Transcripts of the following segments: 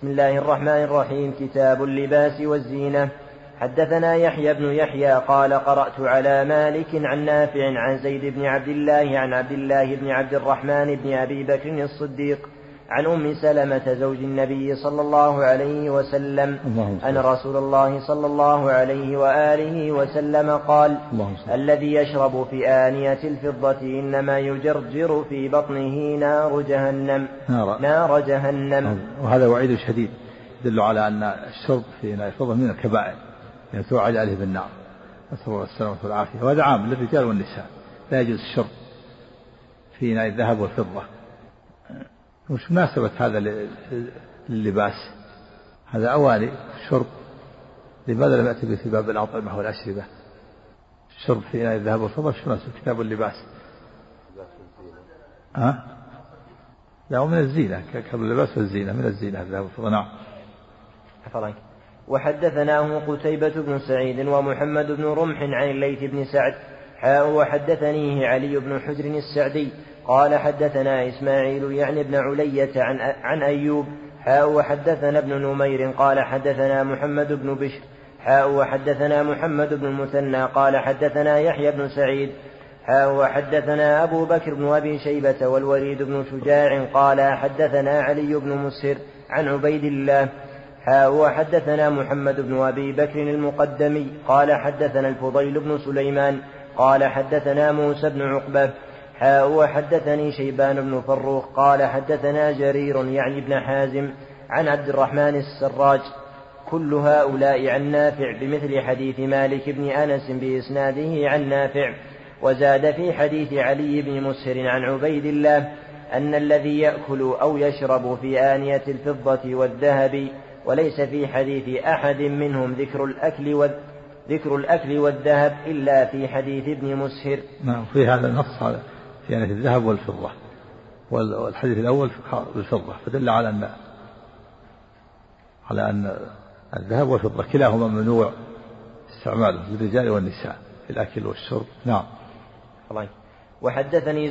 بسم الله الرحمن الرحيم. كتاب اللباس والزينة. حدثنا يحيى بن يحيى قال قرأت على مالك عن نافع عن زيد بن عبد الله عن عبد الله بن عبد الرحمن بن أبي بكر الصديق عن أم سلمة زوج النبي صلى الله عليه وسلم أن رسول الله صلى الله عليه وآله وسلم قال: الذي يشرب في آنية الفضة إنما يجرجر في بطنه نار جهنم. وهذا وعيد شديد يدل على أن الشرب في آنية الفضة من الكبائر يعني توعد عليه بالنار، نسأل الله السلامة والعافية. وهذا عام للرجال والنساء، لا يجوز الشرب في آنية الذهب والفضة. وش مناسبة هذا لللباس؟ هذا أواني الشرب، لماذا لم يأتي في باب الأطعمة والأشربة؟ الشرب في آنية الذهب والفضة شو مناسبة كتاب اللباس؟ لا، من الزينة، كتاب اللباس والزينة، من الزينة الذهب والفضة. نعم. وحدثناه قتيبة بن سعيد ومحمد بن رمح عن الليث بن سعد وحدثنيه علي بن حجر السعدي قال حدثنا إسماعيل يعني ابن علية عن أيوب وحدثنا ابن نمير قال حدثنا محمد بن بشر وحدثنا محمد بن المثنى قال حدثنا يحيى بن سعيد وحدثنا أبو بكر بن أبي شيبة والوليد بن شجاع قال حدثنا علي بن مسهر عن عبيد الله وحدثنا محمد بن أبي بكر المقدمي قال حدثنا الفضيل بن سليمان قال حدثنا موسى بن عقبة وحدثني شيبان بن فروخ قال حدثنا جرير يعني ابن حازم عن عبد الرحمن السراج كل هؤلاء عن نافع بمثل حديث مالك بن أنس بإسناده عن نافع. وزاد في حديث علي بن مسهر عن عبيد الله أن الذي يأكل أو يشرب في آنية الفضة والذهب، وليس في حديث أحد منهم ذكر الأكل والذهب إلا في حديث ابن مسهر. نعم، في هذا النص في آنية الذهب والفضة، والحديث الأول بالفضة، فدل على أن الذهب والفضة كلاهما ممنوع استعماله للرجال والنساء في الأكل والشرب. نعم. وحدثني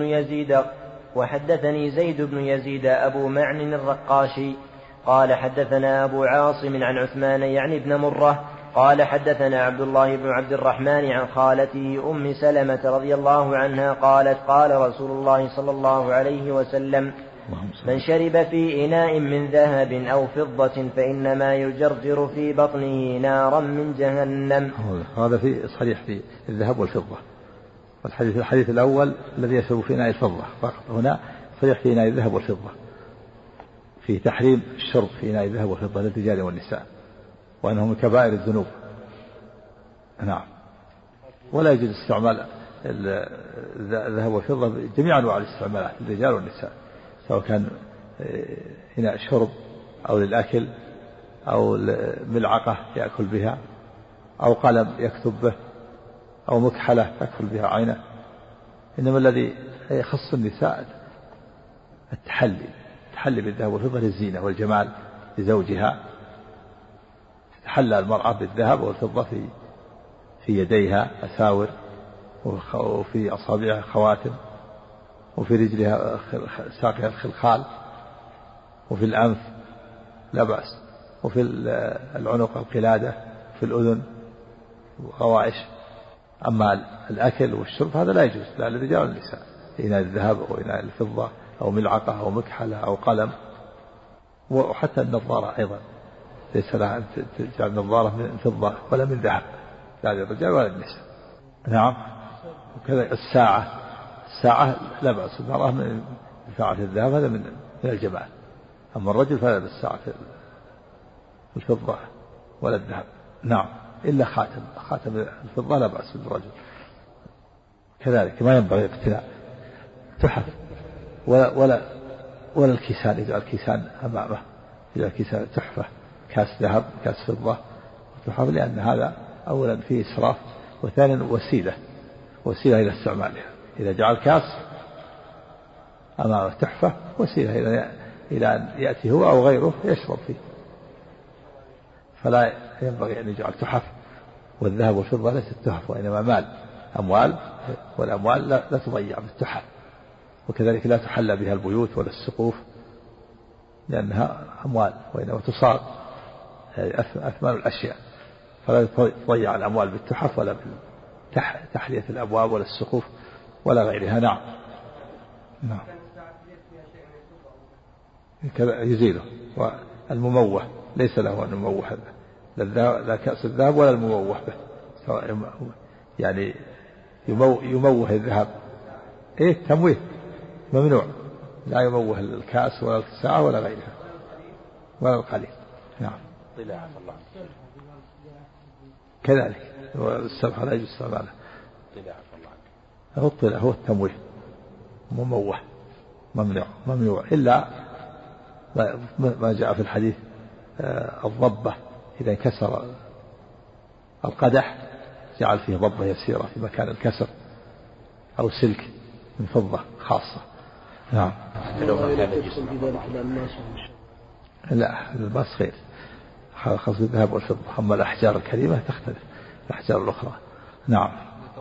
زيد بن يزيد أبو معن الرقاشي قال حدثنا أبو عاصم عن عثمان يعني ابن مرة قال حدثنا عبد الله بن عبد الرحمن عن خالته أم سلمة رضي الله عنها قالت قال رسول الله صلى الله عليه وسلم: من شرب في إناء من ذهب أو فضة فإنما يجرجر في بطنه نارا من جهنم. هذا في صريح في الذهب والفضة. الحديث الأول الذي يشرب في إناء الفضة، فقط هنا صريح في إناء الذهب والفضة، في تحريم الشرب في إناء الذهب والفضة للرجال والنساء، وأنه من كبائر الذنوب. نعم. ولا يجوز استعمال الذهب والفضة جميع أنواع الاستعمالات للرجال والنساء، سواء كان إناء شرب أو للأكل أو ملعقة يأكل بها أو قلم يكتب به أو مكحلة يأكل بها عينه. إنما الذي يخص النساء التحلي بالذهب والفضة للزينة والجمال لزوجها. تحلى المرأة بالذهب والفضة في يديها أساور، وفي أصابعها خواتم، وفي رجلها ساقها الخلخال، وفي الأنف لا بأس، وفي العنق القلادة، في الأذن وغوائش. أما الأكل والشرب هذا لا يجوز، لا للرجال والنساء، إناء الذهب أو إناء الفضة أو ملعقة أو مكحلة أو قلم. وحتى النظارة أيضا ليس لها أن تجعل نظارة من فضة ولا من ذهب، لا للرجال ولا للنساء. نعم. وكذا الساعة لا بأس، المرأة من ساعة الذهب هذا من الجمال، أما الرجل فلا بالساعة الفضة ولا الذهب. نعم، إلا خاتم الفضة لا بأس بالرجل. كذلك ما ينبغي اقتناء تحف ولا الكيسان، يجعل الكيسان أمامه، يجعل الكيسان تحفة، كاس ذهب كاس فضة تحف، لأن هذا أولا فيه إسراف، وثانيا وسيلة إلى استعمالها. إذا جعل كاس أمامه تحفة وسيلة إلى أن يأتي هو أو غيره يشرب فيه، فلا ينبغي أن يجعل تحف. والذهب والفضة ليست تحف، وإنما أموال، والأموال لا تضيع بالتحف. وكذلك لا تحلى بها البيوت ولا السقوف لأنها أموال، وإنما تصار أثمان الأشياء، فلا تضيع الأموال بالتحف ولا بتحلية الأبواب ولا السقوف ولا غيرها. نعم. نعم. كذا يزيله. والمموه ليس له أن يموه لا كأس الذهب ولا المموه به، سواء يعني يموه الذهب تمويه ممنوع، لا يموه الكأس ولا الساعة ولا غيرها ولا القليل. نعم. كذلك السبحة لا يجوز استعماله. الطلاء هو التمويه مموه ممنوع إلا ما جاء في الحديث الضبة إذا انكسر القدح جعل فيه ضبة يسيرة في مكان الكسر، أو سلك من فضة خاصة. نعم. لا الماس خير، خاص الذهب والفضة. أما الأحجار الكريمة تختلف الأحجار الأخرى. نعم.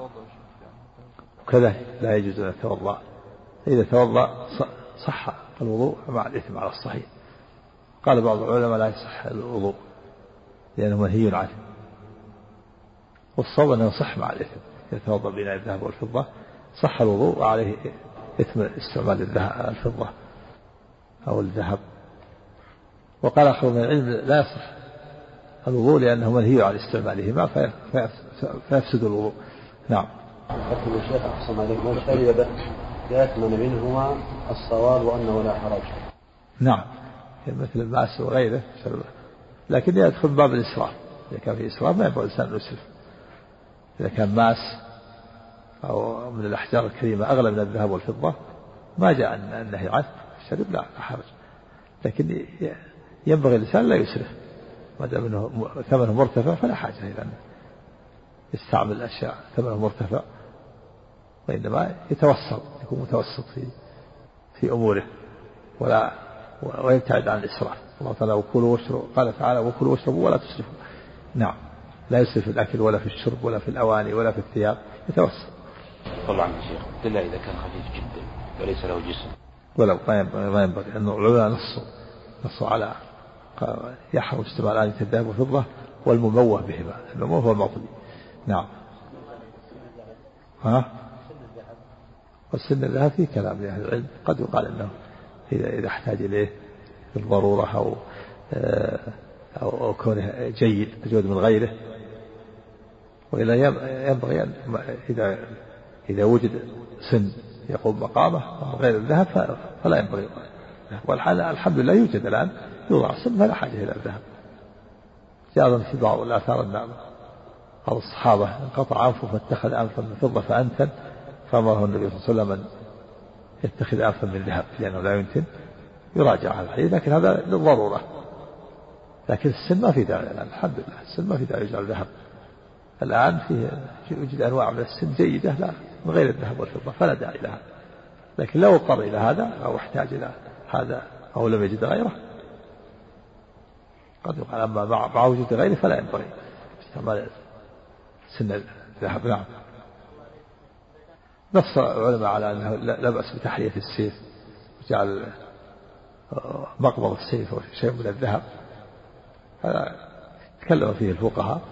وكذا لا يجوز أن يتوضأ، إذا توضأ صح الوضوء مع الإثم على الصحيح. قال بعض العلماء لا يصح الوضوء لأنه منهي عنه، والصواب أنه يصح مع الإثم. يتوضأ بإناء الذهب والفضة صح الوضوء وعليه إثم استعمال الفضة أو الذهب. وقال آخر من العلم لا يصح الوضوء لأنه منهي عن استعمالهما فيفسد الوضوء. نعم. حكم الشيخ أحسن عليك من شرب يأثمن منهما الصواب وأنه لا حرج. نعم، مثل الماس وغيره، لكن يدخل باب الإسراف. إذا كان في إسراف ما ينبغي الإنسان أن يسرف. إذا كان ماس أو من الأحجار الكريمة أغلى من الذهب والفضة ما جاء النهي عنه الشرب لا حرج، لكن ينبغي الإنسان لا يسرف، ما دام أنه ثمنه مرتفع فلا حاجة إلى أن يستعمل الأشياء ثمنه مرتفع، وإنما يكون متوسط في أموره ويبتعد عن الإسراف. الله تعالى وكلوا واشربوا، قال تعالى وكلوا واشربوا ولا تسرفوا. نعم، لا يسرف في الأكل ولا في الشرب ولا في الأواني ولا في الثياب، يتوسط. طبعا يا شيخ إلا إذا كان خفيف جدا وليس له جسم، ولو ما ينبغي أن العلماء نصوا على يحرم استعمال آلة الذهب والفضة والمموه بهما، المموه هو المعطي. نعم. والسن الذهب في كلام لأهل العلم، قد يقال أنه إذا احتاج إليه بالضرورة أو كونه جيد أجود من غيره، وإلا ينبغي أن إذا وجد سن يقوم مقامه غير الذهب فلا ينبغي. والحال الحمد لله يوجد الآن يوضع سن فلا حاجة إلى الذهب. جاء في بعض الآثار أن بعض الصحابة انقطع أنفه فاتخذ أنفا من فضة فأنتن، فأمره النبي صلى الله عليه وسلم أن يتخذ أنفا من ذهب لأنه لا ينتن، يراجع هذا الحديث، لكن هذا للضرورة. لكن السن ما في داعي الآن، الحمد لله السن ما في داعي يجعل ذهب. الآن يوجد أنواع من السن جيدة لا من غير الذهب والفضة فلا داعي لها، لكن لو اضطر إلى هذا أو احتاج إلى هذا أو لم يجد غيره قد يقال. أما مع وجود غيره فلا ينبغي استعمال سن الذهب. نعم. نص العلماء على أنه لا بأس بتحلية السيف وجعل مقبض السيف وشيء من الذهب، هذا تكلم فيه الفقهاء،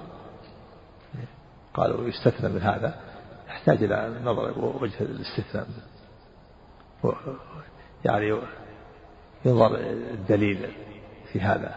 قالوا يستثنى من هذا، يحتاج إلى نظر وجه الاستثناء، يعني ينظر الدليل في هذا.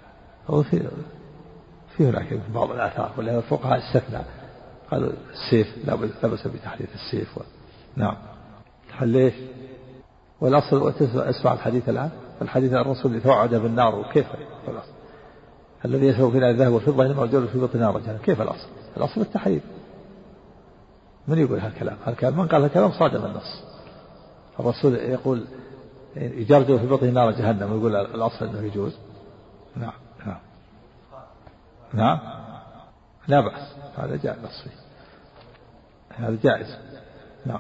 في هناك بعض الآثار ولا الفقهاء استثنى، قالوا السيف لا بأس بتحلية السيف. نعم. ليش؟ والأصل اسمع الحديث الآن، الحديث عن الرسول يتوعد بالنار، وكيف الأصل؟ الذي يسوي فينا الذهب والفضة إنما يجعل في بطن نار جهنم، كيف الأصل؟ الأصل التحريم. من يقول هالكلام؟ من قال هالكلام صادم النص. الرسول يقول يجرجر في بطن نار جهنم ويقول الأصل أنه يجوز. نعم. نعم. نعم لا بأس، هذا جائز نصفي، هذا جائز. نعم.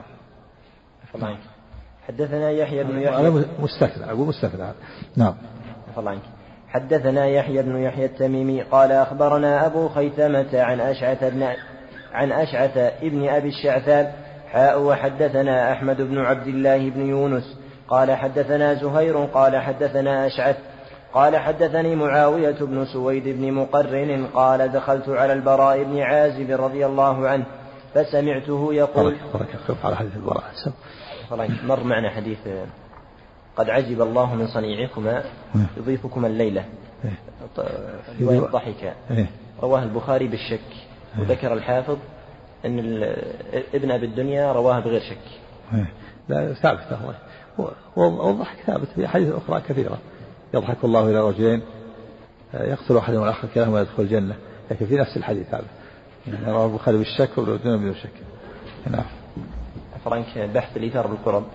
حدثنا يحيى بن يحيى، أنا مستثنى، أقول مستثنى. نعم. حدثنا يحيى بن يحيى التميمي قال أخبرنا أبو خيثمة عن أشعث ابن أبي الشعثاب وحدثنا أحمد بن عبد الله بن يونس قال حدثنا زهير قال حدثنا أشعث قال حدثني معاوية بن سويد بن مقرن قال دخلت على البراء بن عازب رضي الله عنه فسمعته يقول على حديث البراء مر معنا حديث قد عجب الله من صنيعكما يضيفكما الليلة رواية ضحك رواه البخاري بالشك وذكر الحافظ أن ابن أبي الدنيا رواه بغير شك. لا ثابت والضحك ثابت في حديث أخرى كثيرة. يضحك الله إلى رجلين يقتل أحدهم والآخر كلاهما يدخل الجنة، لكن في نفس الحديث هذا رواه البخاري بالشك وابن الدنيا بدون شك. نعم. فرانك بحث الإيثار بالقرب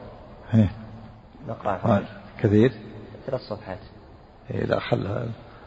نقرأ كثير 3 صفحات. لا خلها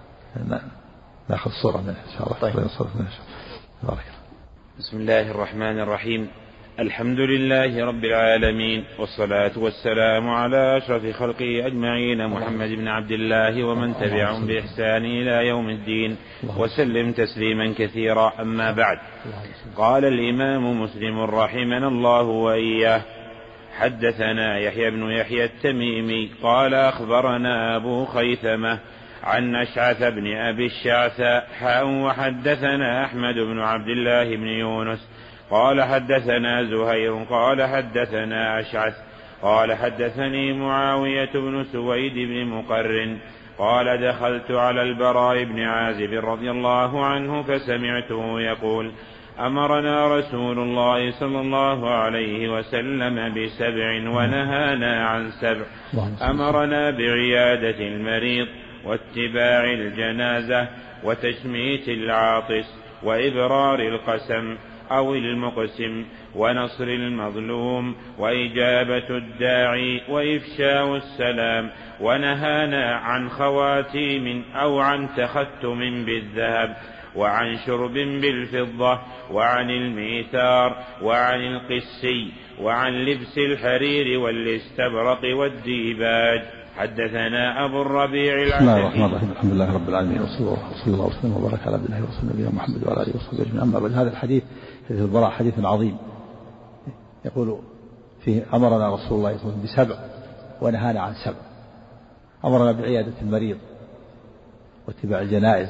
ناخذ صورة منه إن شاء الله. طيب. بارك. بسم الله الرحمن الرحيم. الحمد لله رب العالمين، والصلاة والسلام على أشرف خلقه أجمعين، محمد بن عبد الله ومن تبعهم بإحسان إلى يوم الدين، وسلم تسليما كثيرا. أما بعد، قال الإمام مسلم رحمنا الله وإياه: حدثنا يحيى بن يحيى التميمي قال أخبرنا أبو خيثمة عن أشعث بن أبي الشعثاء وحدثنا أحمد بن عبد الله بن يونس قال حدثنا زهير قال حدثنا أشعث قال حدثني معاوية بن سويد بن مقرن قال دخلت على البراء بن عازب رضي الله عنه فسمعته يقول: أمرنا رسول الله صلى الله عليه وسلم ب7 ونهانا عن 7. أمرنا بعيادة المريض واتباع الجنازة وتشميت العاطس وإبرار القسم أو المقسم ونصر المظلوم وإجابة الداعي وإفشاء السلام، ونهانا عن خواتيم أو عن تختم بالذهب وعن شرب بالفضة وعن الميثار وعن القسي وعن لبس الحرير والاستبرق والديباج. حدثنا أبو الربيع العتكي. بسم الله الرحمن الرحيم. الحمد لله رب العالمين، وصلى الله وسلم وبارك على عبد الله ورسوله نبينا محمد وعلى آله وصحبه أجمعين. أما بعد، هذا الحديث حديث البراء حديث عظيم، يقول فيه: أمرنا رسول الله صلى الله عليه وسلم ب7 ونهانا عن 7. أمرنا بعيادة المريض واتباع الجنائز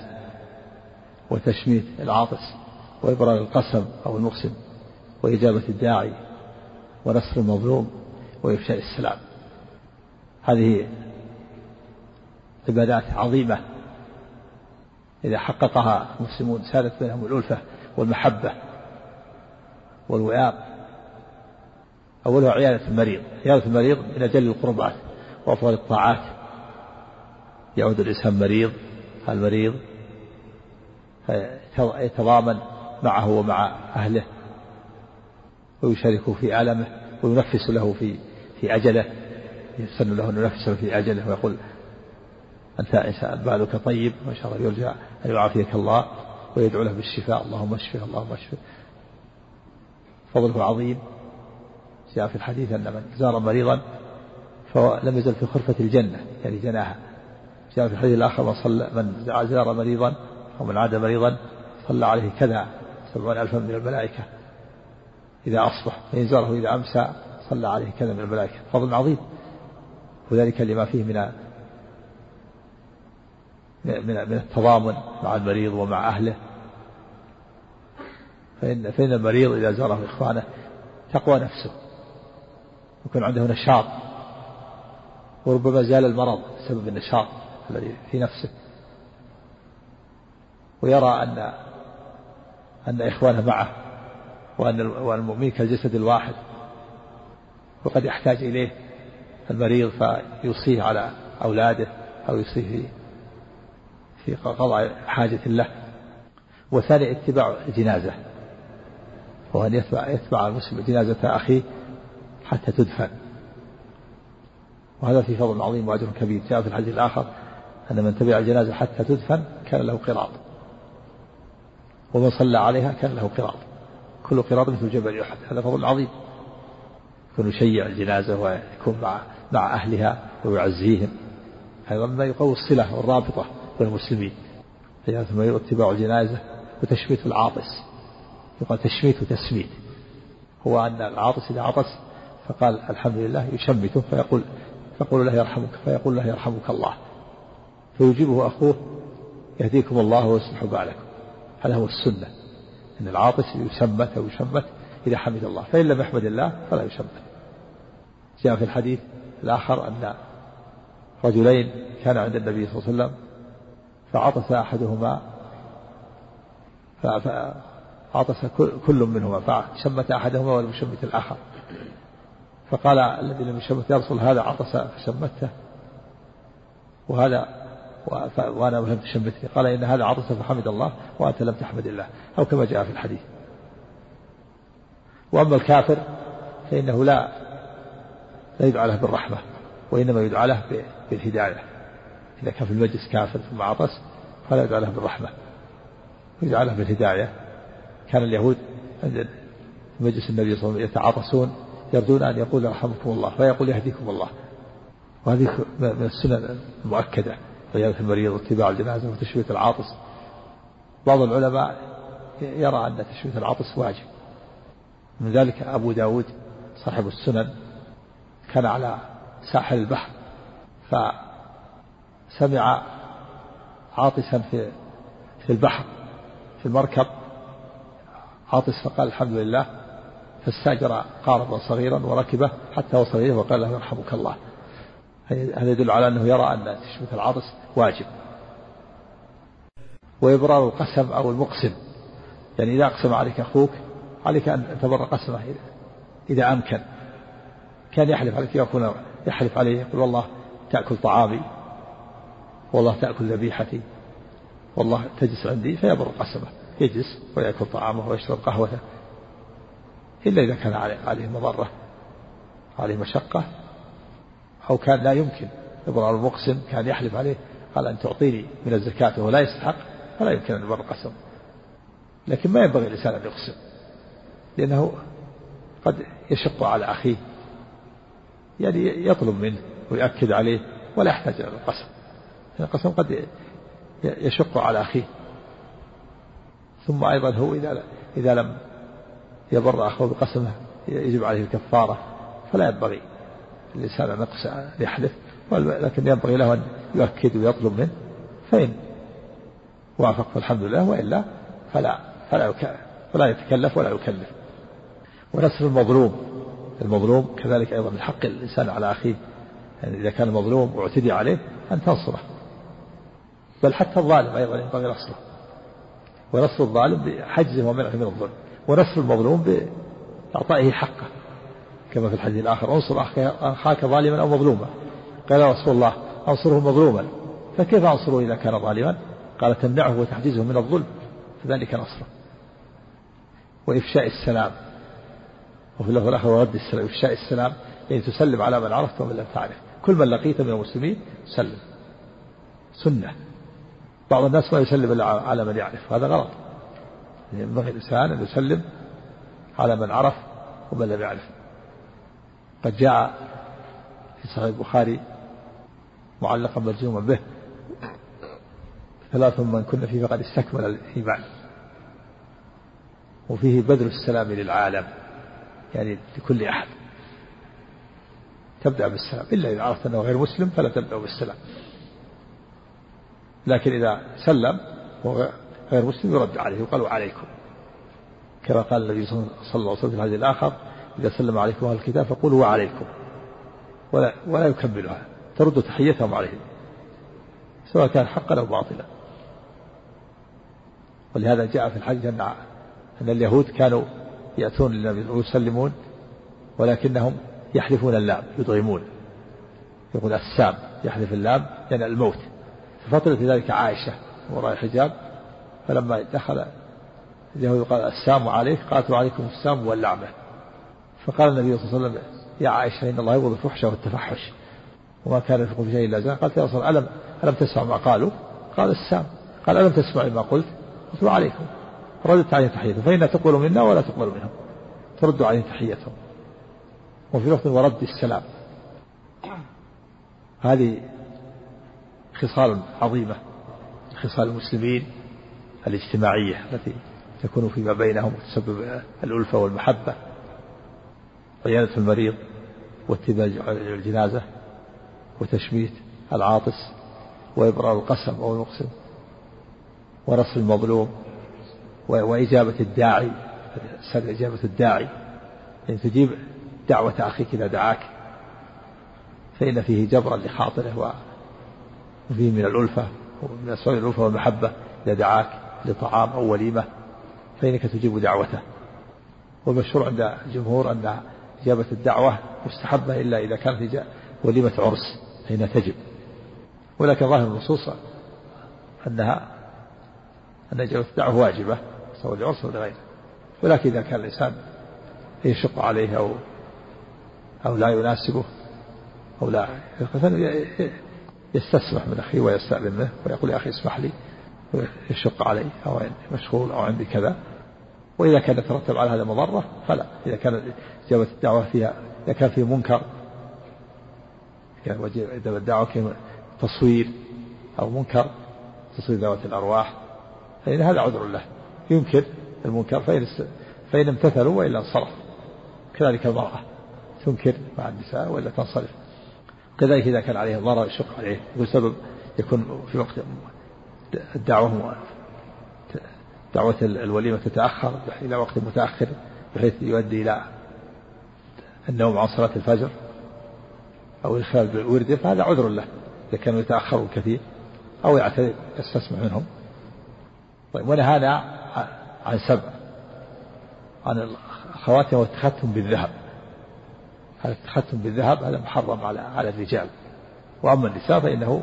وتشميت العاطس وإبرار القسم أو المقسم وإجابة الداعي ونصر المظلوم وإفشاء السلام. هذه عبادات عظيمة إذا حققها المسلمون سادت بينهم الألفة والمحبة والوئام. أولها عيادة المريض. عيادة المريض من أجل القربات وأفضل الطاعات. يعود الإنسان مريض، المريض يتضامن معه ومع أهله ويشاركه في ألمه وينفس له في أجله، يسن له أن ينفس في أجله ويقول: أنت إنسان بالك طيب ما شاء الله، يرجع أن يعافيك الله ويدعو له بالشفاء: اللهم اشفه اللهم اشفه. فضله عظيم. جاء في الحديث أن من زار مريضا فلم يزل في خرفة الجنة، يعني جناها. جاء في الحديث الآخر: من زار مريضا ومن عاد مريضا صلى عليه كذا 70,000 من الملائكة إذا أصبح، فإن زاره إذا أمسى صلى عليه كذا من الملائكة. فضل عظيم، وذلك لما فيه من التضامن مع المريض ومع أهله. فإن المريض إذا زاره إخوانه تقوى نفسه، يكون عنده نشاط، وربما زال المرض بسبب النشاط الذي في نفسه، ويرى أن إخوانه معه وأن المؤمن كالجسد الواحد، وقد يحتاج إليه المريض فيوصيه على أولاده أو يوصيه في قضاء حاجة له. وثاني اتباع الجنازة، وأن يتبع المسلم جنازة أخيه حتى تدفن، وهذا في فضل عظيم وأجر كبير. جاء في الحديث الآخر أن من تبع الجنازة حتى تدفن كان له قراط، ومن صلى عليها كان له قراط، كل قراط مثل جبل أحد. هذا فضل عظيم، يكون يشيع الجنازة ويكون مع أهلها ويعزيهم. هذا مما يقوي الصلة والرابطة بين المسلمين. ثم اتباع الجنازة وتشميت العاطس. يقال تشميت وتسميت، هو أن العاطس إذا عطس فقال الحمد لله يشمته، فيقول يقول له يرحمك، فيقول له يرحمك الله، فيجيبه أخوه يهديكم الله ويصلح بالكم. هذا هو السنة، أن العاطس يشمت أو يشمت إذا حمد الله، فإن لم يحمد الله فلا يشمت. جاء في الحديث الآخر أن رجلين كان عند النبي صلى الله عليه وسلم فعطس أحدهما، فعطس كل منهما، فشمت أحدهما ولم يشمت الآخر، فقال الذي لم يشمت يا رسول هذا عطس فشمته وأنا لم تشمتني، قال إن هذا عطس فحمد الله وأنت لم تحمد الله، أو كما جاء في الحديث. وأما الكافر فإنه لا يدعى له بالرحمة، وإنما يدعى له بالهداية. إذا كان في المجلس كافر ثم عطس فلا يدعى له بالرحمة، يدعى له بالهداية. كان اليهود عند مجلس النبي صلى الله عليه وسلم يتعاطسون يرجون أن يقول رحمكم الله، فيقول يهديكم الله. وهذه من السنن المؤكدة، عيادة المريض واتباع الجنازة وتشميت العاطس. بعض العلماء يرى أن تشميت العاطس واجب، من ذلك أبو داود صاحب السنن كان على ساحل البحر فسمع عاطسا في البحر في المركب عاطس، فقال الحمد لله، فاستأجر قاربا صغيرا وركبه حتى وصل إليه وقال له يرحمك الله. هذا يدل على أنه يرى أن تشميت العاطس واجب. وإبرار القسم أو المقسم، يعني إذا أقسم عليك أخوك عليك أن تبر قسمه إذا أمكن. كان يحلف عليك يكون يحلف عليه يقول والله تأكل طعامي، والله تأكل ذبيحتي، والله تجلس عندي، فيبر قسمه، يجلس ويأكل طعامه ويشرب قهوته، إلا إذا كان عليه مضرة عليه مشقة أو كان لا يمكن. إبرار المقسم كان يحلف عليه قال أن تعطيني من الزكاة وهو لا يستحق، فلا يمكن أن يبر قسم. لكن ما ينبغي الإنسان أن يقسم، لأنه قد يشق على أخيه، يعني يطلب منه ويؤكد عليه ولا يحتاج إلى القسم. القسم قد يشق على أخيه. ثم أيضا هو إذا لم يبر أخوه بقسمه يجب عليه الكفارة، فلا ينبغي الإنسان أن يحلف، لكن ينبغي له أن يؤكد ويطلب منه، فإن وافق فالحمد لله، وإلا فلا يتكلف ولا يكلف. ونصر المظلوم كذلك أيضا من حق الإنسان على أخيه، يعني إذا كان مظلوم واعتدي عليه أن تنصره، بل حتى الظالم أيضا ينبغي نصره. ونصر الظالم بحجزه ومنعه من الظلم، ونصر المظلوم بإعطائه حقه، كما في الحديث الآخر انصر أخاك ظالما أو مظلوما. قال رسول الله أنصره مظلوما، فكيف أنصره إذا كان ظالما؟ قال تمنعه وتحجزه من الظلم، فذلك نصره. وإفشاء السلام، وفي اللفظ الآخر ورد السلام. إفشاء السلام يعني تسلم على من عرفت ومن لم تعرف، كل من لقيت من المسلمين سلم، سنة. بعض الناس ما يسلم إلا على من يعرف، هذا غلط. ينبغي الإنسان أن يسلم على من عرف ومن لم يعرف. قد جاء في صحيح البخاري معلقا مجزوما به 3 من كن فيه فقد استكمل الإيمان، وفيه بذل السلام للعالم، يعني لكل أحد. تبدأ بالسلام، إلا إذا عرفت أنه غير مسلم فلا تبدأ بالسلام، لكن إذا سلم وغير مسلم يرد عليه يقال عليكم، كما قال النبي صلى الله عليه وسلم في الحديث الآخر إذا سلم عليكم أهل الكتاب فقولوا وعليكم، ولا يكملها، ترد تحيتهم عليهم سواء كان حقا أو باطلا. ولهذا جاء في الحديث أن اليهود كانوا يأتون للنبي ويسلمون، ولكنهم يحلفون اللام، يضغمون، يقول السام، يحلف اللام يعني الموت. ففطرت في ذلك عائشة وراء الحجاب، فلما دخل اليهود قال السام عليك، قالت وعليكم السام واللعنة. فقال النبي صلى الله عليه وسلم يا عائشة إن الله يبغض الفحش والتفحش وما كان يفقه في شيء إلا زان. قالت يا رسول الله ألم تسمع ما قالوا؟ قال السام. قال ألم تسمع ما قلت؟ قلت وعليكم. ردت عليهم تحيتهم، فإنها تقبل منا ولا تقبل منهم، ترد عليهم تحيتهم. وفي لفظ ورد السلام. هذه خصال عظيمة، خصال المسلمين الاجتماعية التي تكون فيما بينهم وتسبب الألفة والمحبة. عيادة المريض واتباع الجنازة وتشميت العاطس وإبرار القسم أو المقسم ونصر المظلوم وإجابة الداعي، إجابة الداعي يعني تجيب دعوة أخيك إذا دعاك، فإن فيه جبرا لخاطره وفيه من الألفة ومن أسباب الألفة والمحبة إذا دعاك لطعام أو وليمة فإنك تجيب دعوته. والمشهور عند الجمهور أن إجابة الدعوة مستحبة إلا إذا كانت وليمة عرس حين تجب، ولكن ظاهر النصوص أن إجابة الدعوة واجبة سواء لعرس أو لغيره، ولكن إذا كان الإنسان يشق عليه أو لا يناسبه أو لا يستسمح من أخيه ويستأذن منه ويقول يا أخي اسمح لي ويشق علي أو مشغول أو عندي كذا. وإذا كان يترتب على هذا مضرة فلا. إذا كانت إجابة الدعوة فيها إذا كان فيه منكر، يعني إذا الدعوة تصوير أو منكر تصوير ذوات الأرواح فإن هذا عذر له ينكر المنكر فإن امتثلوا وإلا انصرف. كذلك المرأة تنكر مع النساء وإلا تنصرف. كذلك إذا كان عليه ضرر يشق عليه بسبب يكون في وقت دعوة الوليمة تتأخر إلى وقت متأخر بحيث يؤدي إلى النوم عن صلاة الفجر أو الإخلال بالورد فهذا عذر له إذا كانوا يتأخروا كثير أو يعتذر يستسمع منهم. طيب ونهانا عن 7 عن الخواتم والتختم بالذهب. هذا التختم بالذهب هذا محرم على الرجال، وأما النساء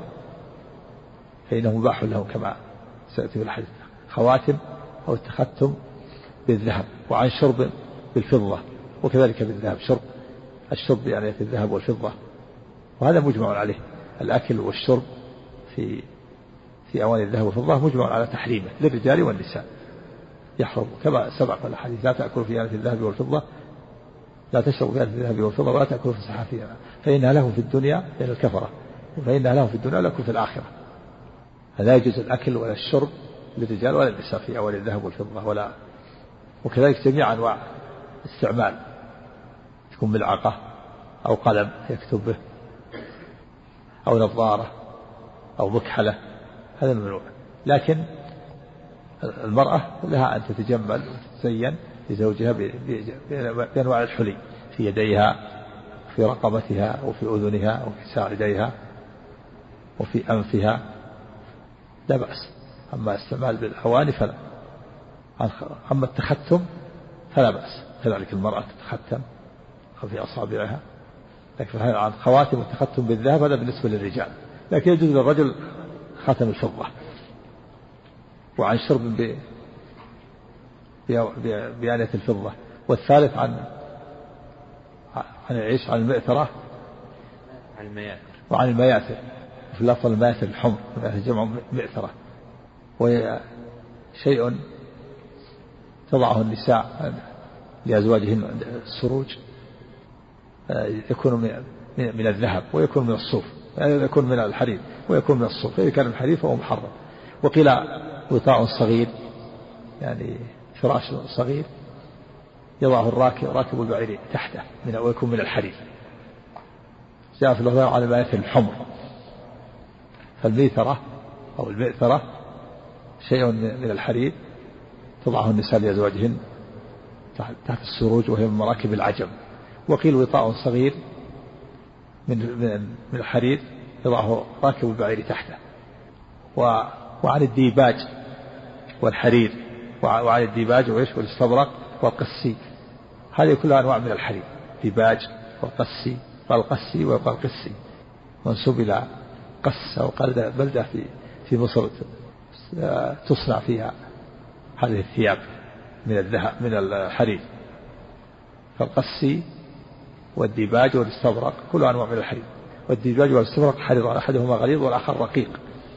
فإنه مباح لهم كما سيأتي في الحديث. خواتم أو التختم بالذهب، وعن شرب بالفضة وكذلك بالذهب الشرب يعني في الذهب والفضة، وهذا مجمع عليه. الأكل والشرب في أواني الذهب والفضة مجمع على تحريمه للرجال والنساء يحرم كما سبق في الحديث لا تأكل في آنية الذهب والفضة لا تشرب في آنية الذهب والفضة ولا تأكل في صحافها فإنها لهم في الدنيا يعني الكفرة فإنها لهم في الدنيا لكم في الآخرة. لا يجوز الأكل ولا الشرب للرجال ولا النساء في أواني الذهب والفضة وكذلك جميع أنواع استعمال تكون ملعقة أو قلم يكتب به أو نظارة أو مكحلة هذا ممنوع. لكن المرأة لها أن تتجمل وتتزين لزوجها بأنواع الحلي في يديها في رقبتها وفي أذنها وفي ساعديها وفي أنفها لا بأس. أما استعمال بالأواني فلا. أما التختم فلا بأس، كذلك المرأة تتختم في أصابعها، لكن عن خواتم التختم بالذهب هذا بالنسبة للرجال، لكن يجوز للرجل خاتم الفضة. وعن شرب بآنية الفضة. والثالث عن العيش عن المئثرة وعن المياثر في اللفظ المياثر الحمر جمع مئثرة، وهي شيء تضعه النساء لأزواجهن السروج يكون من الذهب ويكون من الصوف، يعني يكون من الحرير ويكون من الصوف، فإذا كان من الحرير فهو محرم. وقيل وطاء صغير يعني فراش صغير يضعه راكب البعير تحته ويكون من الحرير. جاء في اللغة على مائثر الحمر. فالميثرة أو المئثرة شيء من الحرير تضعه النساء لأزواجهن تحت السروج وهي من مراكب العجم. وقيل وطاء صغير من الحرير يضعه راكب البعير تحته. وعن الديباج والحرير وعن الديباج والاستبرق والقسي، هذه كلها أنواع من الحرير. ديباج والقسي والقسي والقسي منسوب إلى قس أو بلدة في مصر تصنع فيها هذه الثياب من الذهب من الحرير. فالقسي والديباج والاستبرق كل أنواع من الحرير. والديباج والاستبرق حرير أحدهما غليظ والآخر رقيق.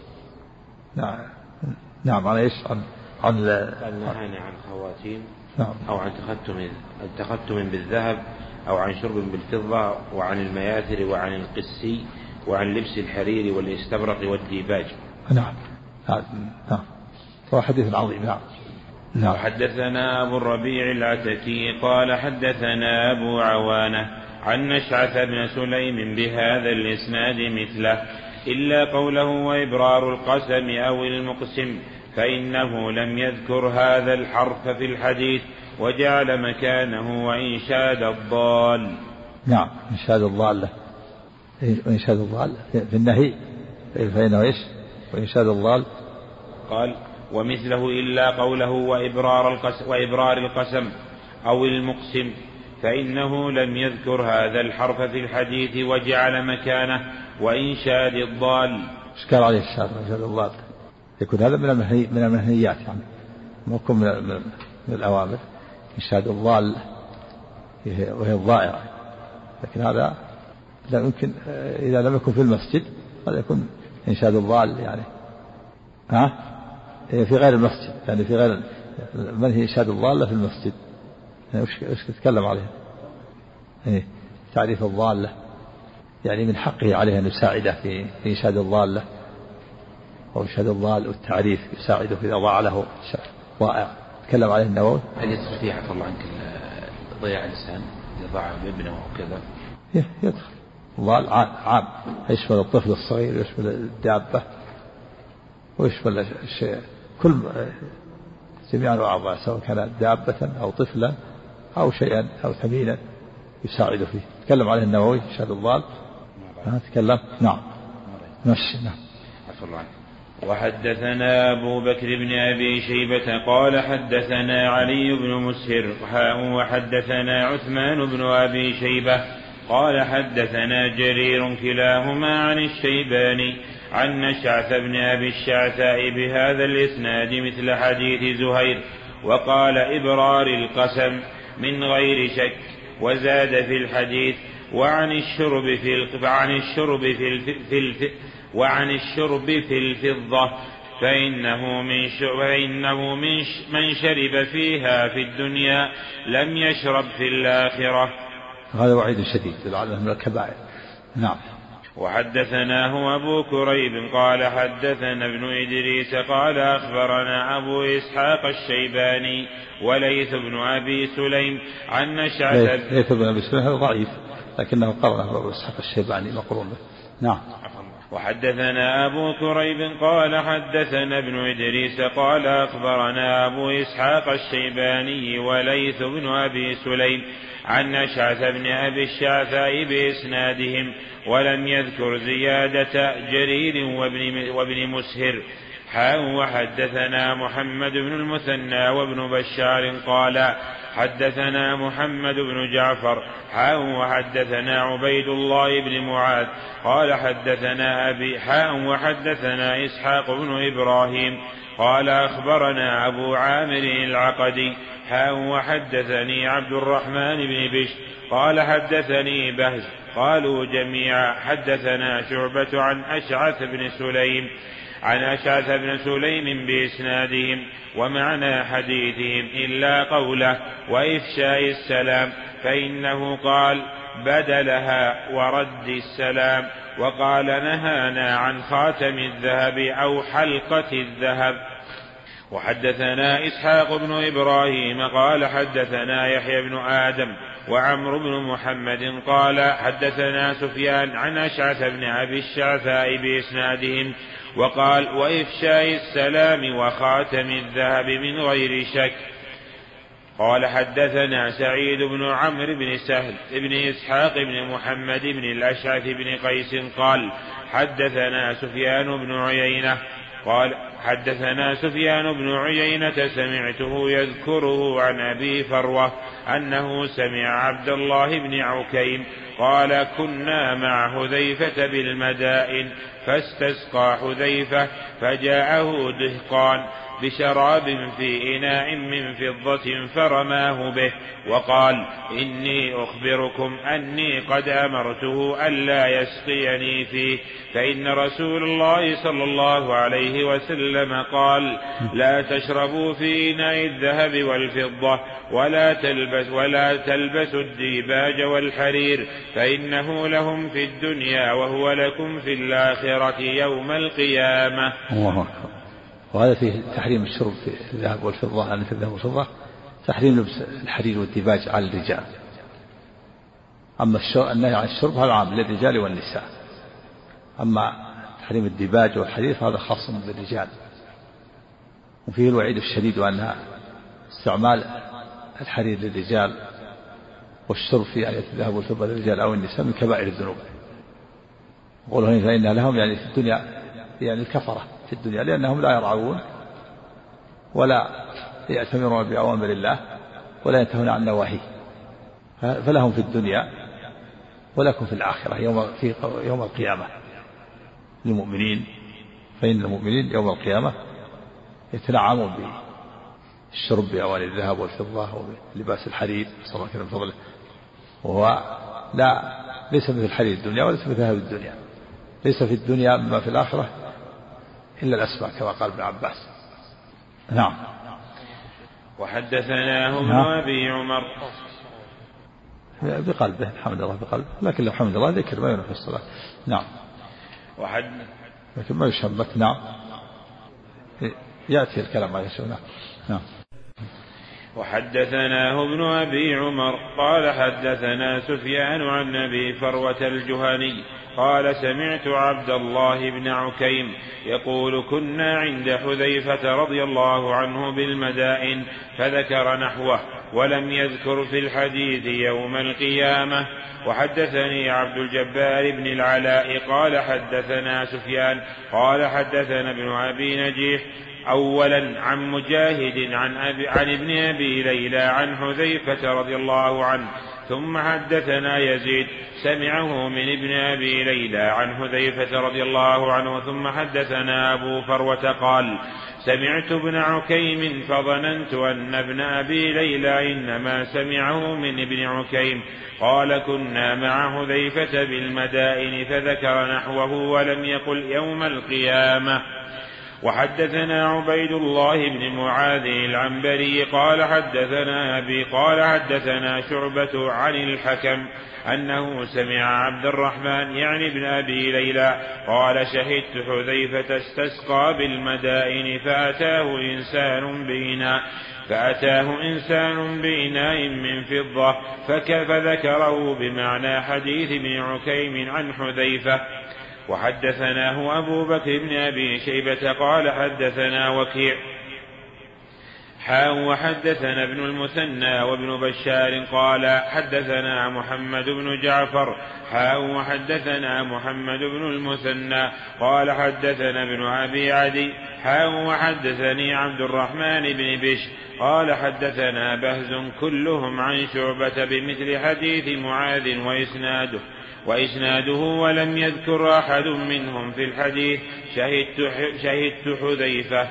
نعم عن ايش عن النهي عن خواتيم نعم. أو عن تختم بالذهب أو عن شرب بالفضة وعن المياثر وعن القسي وعن لبس الحرير والاستبرق والديباج. نعم هو حديث عظيم. نعم. وحدثنا أبو الربيع العتكي قال حدثنا أبو عوانة عن نشعث بن سليم بهذا الإسناد مثله إلا قوله وإبرار القسم أو المقسم فإنه لم يذكر هذا الحرف في الحديث وجعل مكانه وإنشاد الضال. نعم إنشاد الضالة، وإنشاد الضال في النهي فإنه إيش؟ وإنشاد الضال قال ومثله إلا قوله وإبرار القسم أو المقسم فإنه لم يذكر هذا الحرف في الحديث وجعل مكانه وإنشاد الضال. إشكال عليه إنشاد الضال، يكون هذا من المنهيات يعني ممكن من الأوامر إنشاد الضال وهي الضائعة، لكن هذا لا يمكن إذا لم يكن في المسجد هذا يكون إنشاد الضال يعني في غير المسجد، يعني في غير منهي إنشاد الضالة في المسجد وش تتكلم عليها؟ تعريف الضالة يعني من حقه عليه أن يساعده في إنشاد الضالة أو إنشاد الضال، والتعريف يساعده إذا ضاع له ضائع تكلم عليه النووي. هل يدخل فيه عفى الله عنك ضياع الإنسان إذا ضاع ابنه وكذا؟ يدخل الضال عام يشمل الطفل الصغير ويشمل الدابة ويشمل الشيء كل جميع الأعضاء سواء كان دابة أو طفلا أو شيئا أو ثمينا يساعد فيه. تكلم عليه النووي إنشاد الضال تكلم. نعم ماشي. نعم. وحدثنا أبو بكر بن أبي شيبة قال حدثنا علي بن مسهر وحدثنا عثمان بن أبي شيبة قال حدثنا جرير كلاهما عن الشيباني عن نشعث بن أبي الشعثاء بهذا الإسناد مثل حديث زهير وقال إبرار القسم من غير شك وزاد في الحديث وعن الشرب في الفضة فإنه من شرب فيها في الدنيا لم يشرب في الآخرة. هذا وعيد شديد لعله من الكبائر. نعم. وحدثناه أبو كريب قال حدثنا ابن إدريس قال أخبرنا أبو إسحاق الشيباني وليث بن أبي سليم عن نشعث. ليث بن أبي سليم هذا ضعيف لكنه قرنه أبو إسحاق الشيباني مقرون به. نعم. وحدثنا أبو كريب قال حدثنا ابن إدريس قال أخبرنا أبو إسحاق الشيباني وليث بن أبي سليم عن نشعث بن أبي الشعثاء بإسنادهم ولم يذكر زيادة جرير وابن مسهر. وحدثنا محمد بن المثنى وابن بشار قال حدثنا محمد بن جعفر وحدثنا عبيد الله بن معاذ قال حدثنا أبي وحدثنا إسحاق بن إبراهيم قال أخبرنا أبو عامر العقدي وحدثني عبد الرحمن بن بشر قال حدثني بهز قالوا جميعا حدثنا شعبة عن أشعث بن سليم بإسنادهم ومعنى حديثهم إلا قوله وإفشاء السلام فإنه قال بدلها ورد السلام وقال نهانا عن خاتم الذهب أو حلقة الذهب. وحدثنا إسحاق بن إبراهيم قال حدثنا يحيى بن آدم وعمرو بن محمد قال حدثنا سفيان عن أشعث بن أبي الشعثاء بإسنادهم وقال وإفشاء السلام وخاتم الذهب من غير شك. قال حدثنا سعيد بن عمرو بن سهل بن إسحاق بن محمد بن الأشعث بن قيس قال حدثنا سفيان بن عيينة قال حدثنا سفيان بن عيينة سمعته يذكره عن أبي فروة أنه سمع عبد الله بن عكيم قال كنا مع حذيفة بالمدائن فاستسقى حذيفة فجاءه دهقان بشراب في إناء من فضة فرماه به وقال إني أخبركم أني قد أمرته ألا يسقيني فيه فإن رسول الله صلى الله عليه وسلم قال لا تشربوا في إناء الذهب والفضة ولا تلبسوا الديباج والحرير فإنه لهم في الدنيا وهو لكم في الآخرة يوم القيامة. الله أكبر. وهذا فيه تحريم الشرب في الذهب والفضة، يعني في الذهب والفضة تحريم لبس الحرير والديباج على الرجال أما النهي عن الشرب هذا عام للرجال والنساء. أما تحريم الديباج والحديث هذا خاص بالرجال، وفيه الوعيد الشديد أن استعمال الحرير للرجال والشرب في آية الذهب والفضة للرجال أو النساء من كبائر الذنوب. قوله فإن لهم يعني في الدنيا يعني الكفرة في الدنيا، لأنهم لا يرعون ولا يأتمرون بأوامر الله ولا ينتهون عن نواهيه، فلهم في الدنيا ولكم في الآخرة يوم القيامة للمؤمنين. فإن المؤمنين يوم القيامة يتنعمون بالشرب بأواني الذهب والفضة ولباس الحرير صلى الله عليه وسلم فضله، وهو ليس مثل حرير الدنيا وليس مثل ذهب الدنيا، ليس في الدنيا مما في الآخرة إلا الأسماء كما قال ابن عباس. نعم. وحدثناه ابن أبي عمر بقلبه حمد الله بقلبه، لكن لو حمد الله ذكر ما ينفع الصلاة. نعم. لكن ما يشمت. نعم. يأتي الكلام على شو. نعم. وحدثناه ابن أبي عمر قال حدثنا سفيان عن أبي فروة الجهني قال سمعت عبد الله بن عكيم يقول كنا عند حذيفة رضي الله عنه بالمدائن فذكر نحوه ولم يذكر في الحديث يوم القيامة. وحدثني عبد الجبار بن العلاء قال حدثنا سفيان قال حدثنا ابن أبي نجيح أولا عن مجاهد عن ابن أبي ليلى عن حذيفة رضي الله عنه، ثم حدثنا يزيد سمعه من ابن أبي ليلى عن حذيفة رضي الله عنه، ثم حدثنا أبو فروة قال سمعت ابن عكيم فظننت أن ابن أبي ليلى إنما سمعه من ابن عكيم قال كنا مع حذيفة بالمدائن فذكر نحوه ولم يقل يوم القيامة. وحدثنا عبيد الله بن معاذ العنبري قال حدثنا أبي قال حدثنا شعبة عن الحكم أنه سمع عبد الرحمن يعني ابن أبي ليلى قال شهدت حذيفة استسقى بالمدائن فأتاه إنسان بإناء من فضة فذكره بمعنى حديث ابن عكيم عن حذيفة. وحدثناه أبو بكر بن أبي شيبة قال حدثنا وكيع وحدثنا ابن المثنى وابن بشار قال حدثنا محمد بن جعفر وحدثنا محمد بن المثنى قال حدثنا ابن أبي عدي وحدثني عبد الرحمن بن بشر قال حدثنا بهز كلهم عن شعبة بمثل حديث معاذ وإسناده ولم يذكر أحد منهم في الحديث شهدت حذيفة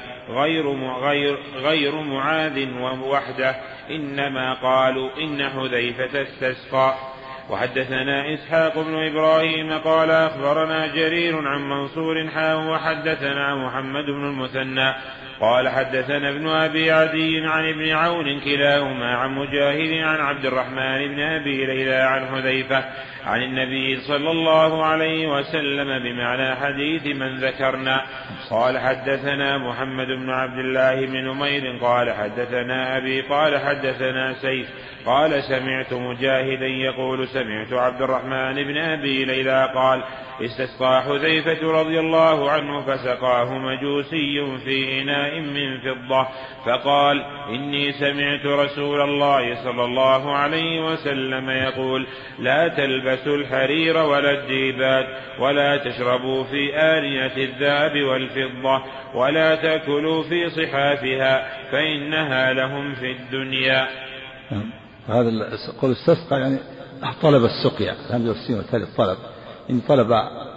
غير معاذ وحده إنما قالوا إن حذيفة استسقى. وحدثنا إسحاق بن إبراهيم قال أخبرنا جرير عن منصور وحدثنا محمد بن المثنى قال حدثنا ابن أبي عدي عن ابن عون كلاهما عن مجاهد عن عبد الرحمن بن أبي ليلى عن حذيفة عن النبي صلى الله عليه وسلم بمعنى حديث من ذكرنا. قال حدثنا محمد بن عبد الله بن نمير قال حدثنا أبي قال حدثنا سيف قال سمعت مجاهدا يقول سمعت عبد الرحمن بن أبي ليلى قال استسقى حذيفة رضي الله عنه فسقاه مجوسي في إناء من فضة فقال إني سمعت رسول الله صلى الله عليه وسلم يقول لا تلبسوا الحرير ولا الديباج ولا تشربوا في آنية الذهب والفضة ولا تأكلوا في صحافها فإنها لهم في الدنيا. هذا قول استسقى يعني طلب السقيا الهمزة والسين والتالي الطلب إن طلب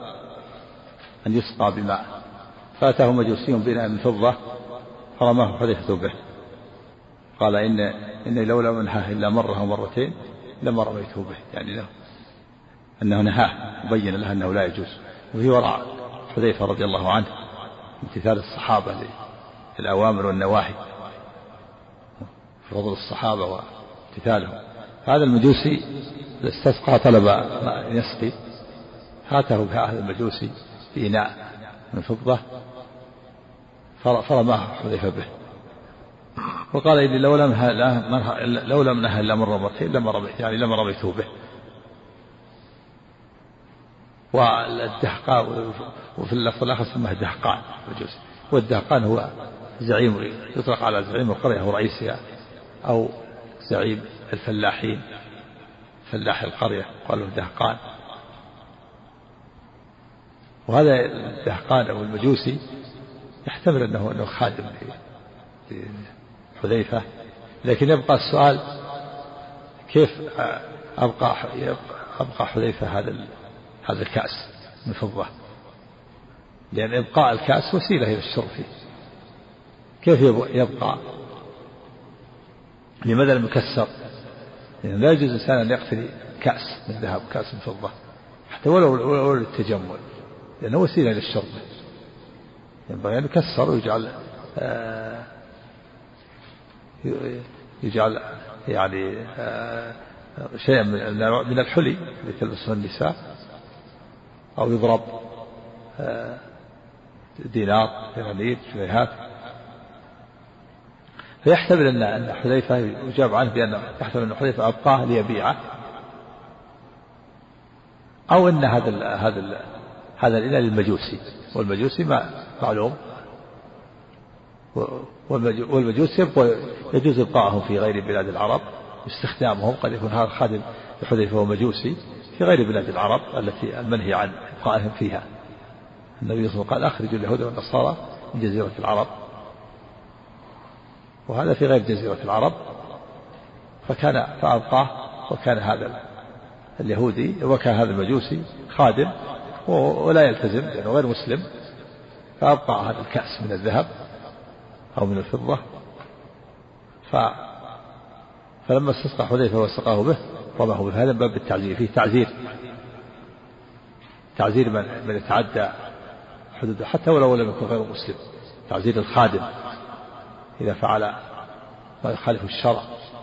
أن يسقى بماء فأتاه مجوسي بإناء من فضة فرماه حذيفة به قال إني لولا منها إلا مرة أو مرتين لما رميته به، يعني له أنه نهاه وبين له أنه لا يجوز. وفي وراء حذيفة رضي الله عنه امتثال الصحابة للأوامر والنواهي فضل الصحابة وامتثالهم. هذا المجوسي استسقى طلب أن يسقي فاته هذا المجوسي بإناء من فضة فرماه حذيفة به وقال إني لو لم نهى إلا مرة مرتين لما رميته به. والدهقان، وفي اللفظ الآخر سماه دهقان مجوسي. والدهقان هو زعيم، يطلق على زعيم القرية أو رئيسها، أو زعيم الفلاحين، فلاح القرية قال له دهقان. وهذا الدهقان أو المجوسي يحتمل أنه خادم لحذيفة، لكن يبقى السؤال كيف أبقى حذيفة هذا الكأس من فضة، لأن إبقاء الكأس وسيلة إلى الشرب فيه. كيف يبقى؟ لماذا لم يكسر؟ يعني لا يجوز الإنسان أن يقتني كأس من ذهب، كأس من فضة، حتى ولو للتجمل، لأنه وسيلة للشرب. ينبغي أن يكسر ويجعل يعني شيئا من الحلي التي تلبسه النساء، أو يضرب دينار، دنانير، جنيهات. فيحتمل أن حذيفة يجاب عنه بأنه يحتمل أن حذيفة أبقاه ليبيعه، أو أن هذا الإناء للمجوسي، والمجوسي ما معلوم، والمجوس يجوز إبقاءهم في غير بلاد العرب، استخدامهم. قد يكون هذا خادم لحذيفة ومجوسي في غير بلاد العرب التي المنهي عن إبقائهم فيها. النبي صلى الله عليه وسلم قال أخرجوا اليهود والنصارى من جزيرة العرب، وهذا في غير جزيرة العرب، فأبقاه. وكان هذا اليهودي وكان هذا المجوسي خادم ولا يلتزم لأنه غير مسلم، فأبقى هذا الكأس من الذهب أو من الفضة. فلما استسقى حذيفة وسقاه به رماه به. هذا باب التعزير، فيه تعزير من يتعدى حدوده حتى ولو لم يكن غير مسلم، تعزير الخادم إذا فعل ما يخالف الشرع.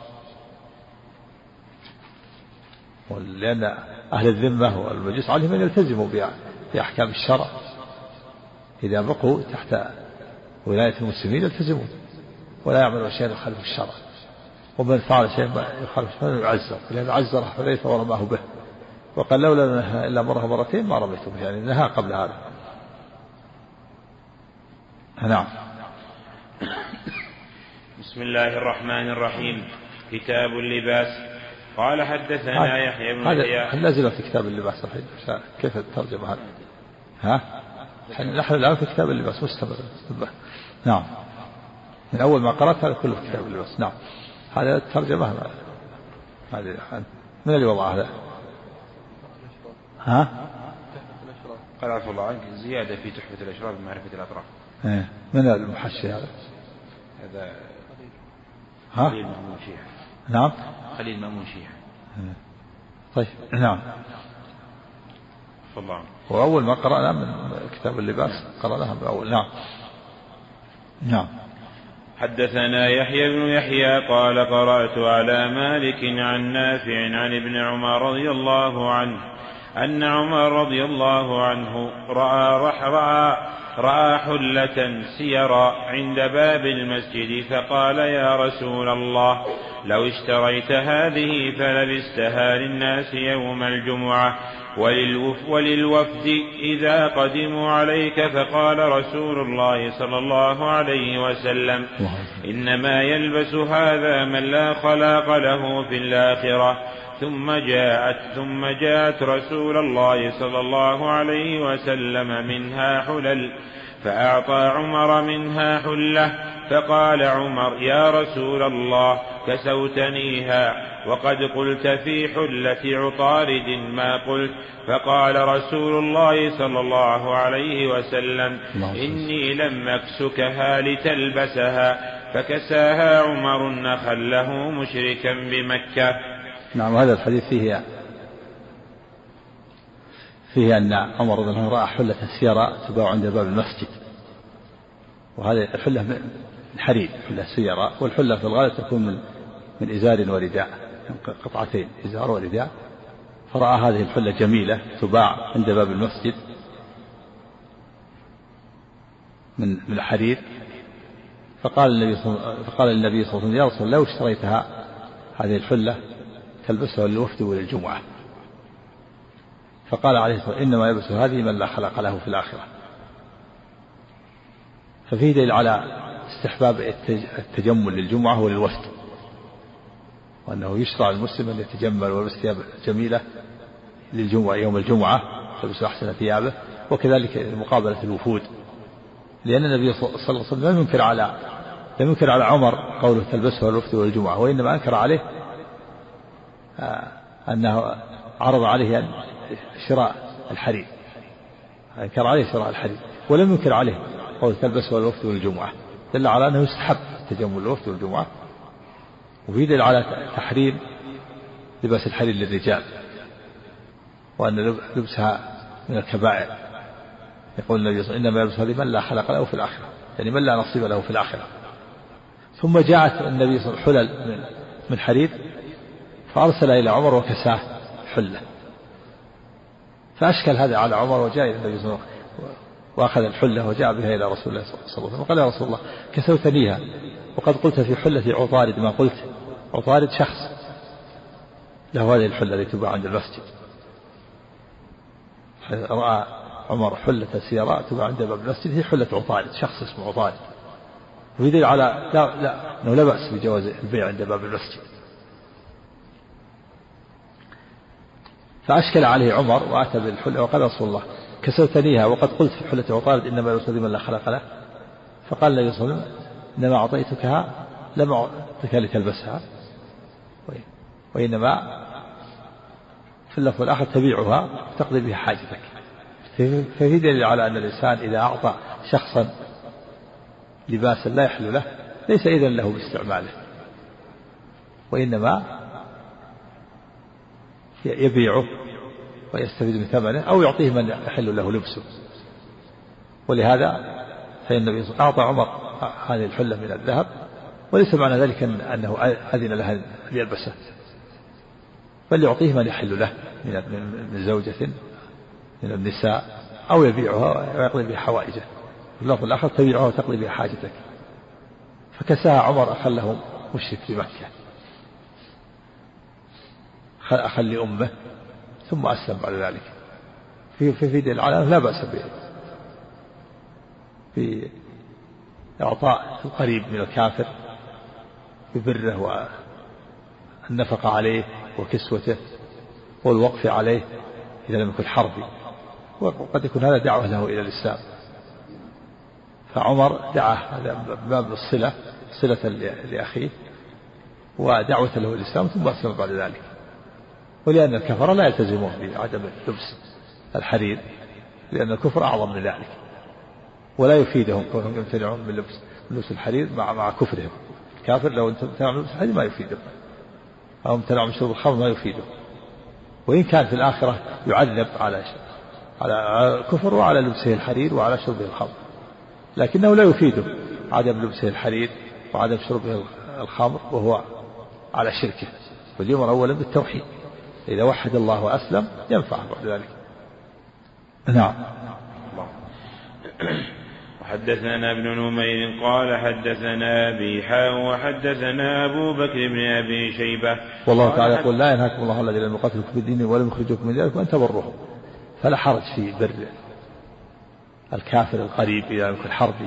لأن أهل الذمة والمجوس عليهم أن يلتزموا بأحكام الشرع، إذا بقوا تحت ولاية المسلمين يلتزمون ولا يعملوا شيئا يخالف الشرع. ومن فعل شيئا يخالف الشرع يعزر، لأن عزر حذيفة ورماه به، وقال لولا نهى إلا مرة مرتين ما رميته به، يعني نهى قبل هذا. نعم. بسم الله الرحمن الرحيم. كتاب اللباس. قال حدثنا يحيى بن يحيى. هل نزل في كتاب اللباس الحين؟ كيف الترجمة هذا؟ نحن الآن في كتاب اللباس مستمر. نعم، من أول ما قرأت هذا كله في كتاب اللباس. نعم، هذا الترجمة هذه من اللي وضع هذا؟ قال عفو الله عنك زيادة في تحفة الأشراف بمعرفة الأطراف. من المحشي هذا خليل مأمون شيحة. نعم، خليل مأمون شيحة. طيب. نعم. فالله. وأول ما قرأنا من كتاب اللباس قرأناها بأول. نعم. نعم. حدثنا يحيى بن يحيى قال قرأت على مالك عن نافع عن ابن عمر رضي الله عنه أن عمر رضي الله عنه رأى حلة سيرا عند باب المسجد، فقال يا رسول الله لو اشتريت هذه فلبستها للناس يوم الجمعة وللوفد إذا قدموا عليك. فقال رسول الله صلى الله عليه وسلم إنما يلبس هذا من لا خلاق له في الآخرة. ثم جاءت رسول الله صلى الله عليه وسلم منها حلل، فأعطى عمر منها حلة، فقال عمر يا رسول الله كسوتنيها وقد قلت في حلة عطارد ما قلت. فقال رسول الله صلى الله عليه وسلم إني لم أكسكها لتلبسها، فكساها عمر النخل له مشركا بمكة. نعم. هذا الحديث فيه أن عمر رضي الله عنه رأى حلة سيرة تباع عند باب المسجد، وهذه الحلة من حرير، حلة سيرة، والحلة في الغالب تكون من إزار ورداء، قطعتين إزار ورداء. فرأى هذه الحلة جميلة تباع عند باب المسجد من الحرير، فقال للنبي صلى الله عليه وسلم يا رسول الله لو اشتريتها هذه الحلة تلبسها للوفد وللجمعة. فقال عليه الصلاة والسلام إنما يلبس هذه من لا خلق له في الآخرة. ففيه دليل على استحباب التجمل للجمعة وللوفد، وأنه يشرع المسلم أن يتجمل ويلبس ثياب جميلة للجمعة يوم الجمعة، يلبس أحسن ثيابه، وكذلك مقابلة الوفود، لأن النبي صلى الله عليه وسلم لم ينكر على عمر قوله تلبسه الوفد والجمعة، وإنما أنكر عليه أنه عرض عليه شراء الحرير، أنكر عليه شراء الحرير، ولم ينكر عليه قوله تلبسه الوفد والجمعة، دل على أنه يستحب تجمل الوفد والجمعة. وفي دليل على تحريم لباس الحرير للرجال، وأن لبسها من الكبائر. يقول النبي صلى الله عليه وسلم إنما يلبس هذه من لا خلق له في الآخرة، يعني من لا نصيب له في الآخرة. ثم جاءت النبي صلى الله عليه وسلم حلل من حرير، فأرسل إلى عمر وكساه حلة، فأشكل هذا على عمر، وجاء إلى النبي صلى الله عليه وسلم وأخذ الحلة وجاء بها إلى رسول الله صلى الله عليه وسلم، وقال يا رسول الله كسوتنيها وقد قلت في حلة عطارد ما قلت. عطارد شخص له هذه الحلة التي تباع عند المسجد، رأى عمر حلة سيراء تباع عند باب المسجد، هي حلة عطارد، شخص اسمه عطارد، ويدل على أنه لا بأس بجواز البيع عند باب المسجد. فأشكل عليه عمر وأتى بالحلة وقال رسول الله كسوتنيها وقد قلت في حلة عطارد إنما يلبس من لا خلق له. فقال النبي صلى الله عليه وسلم إنما أعطيتكها لم أعطيك لتلبسها، وإنما في اللفظ الآخر تبيعها وتقضي بها حاجتك. ففي دليل على أن الإنسان إذا أعطى شخصا لباسا لا يحل له ليس إذن له باستعماله، وإنما يبيعه ويستفيد من ثمنه أو يعطيه من يحل له لبسه. ولهذا فإن النبي صلى الله عليه وسلم أعطى عمر هذه الحلة من الذهب، وليس معنى ذلك أنه أذن له أن يلبسه، بل يعطيه من يحل له من زوجة من النساء، أو يبيعها ويقضي بها حوائجه. اللفظ الآخر تبيعها وتقضي بها حاجتك. فكساها عمر أخا له مشرك في مكة، أخا لأمه، ثم أسلم بعد ذلك. في دليل على لا بأس بإعطاء القريب من الكافر ببره والنفقة عليه وكسوته والوقف عليه إذا لم يكن حربي، وقد يكون هذا دعوة له إلى الإسلام. فعمر دعاه هذا باب الصلة، صلة لأخيه ودعوة له إلى الإسلام، ثم أسلم بعد ذلك. ولأن الكفر لا يلتزمون بعدم لبس الحرير، لأن الكفر أعظم من ذلك، ولا يفيدهم كونهم يمتنعون من لبس الحرير مع كفرهم. الكافر لو امتنع من لبس الحرير ما يفيده، أو امتنع من شرب الخمر ما يفيده، وإن كان في الآخرة يعذب على الكفر وعلى لبسه الحرير وعلى شربه الخمر، لكنه لا يفيده عدم لبسه الحرير وعدم شربه الخمر وهو على شركه. واليوم أولا بالتوحيد، إذا وحد الله وأسلم ينفعه بعد ذلك. نعم. وحدثنا ابن نمير قال حدثنا أبي وحدثنا أبو بكر بن أبي شيبة. والله تعالى يقول لا ينهاكم الله الذين لم يقاتلوكم في الدين ولم يخرجوكم من دياركم أن تبروهم. فلا حرج في بر الكافر القريب إذا لم يكن حربي.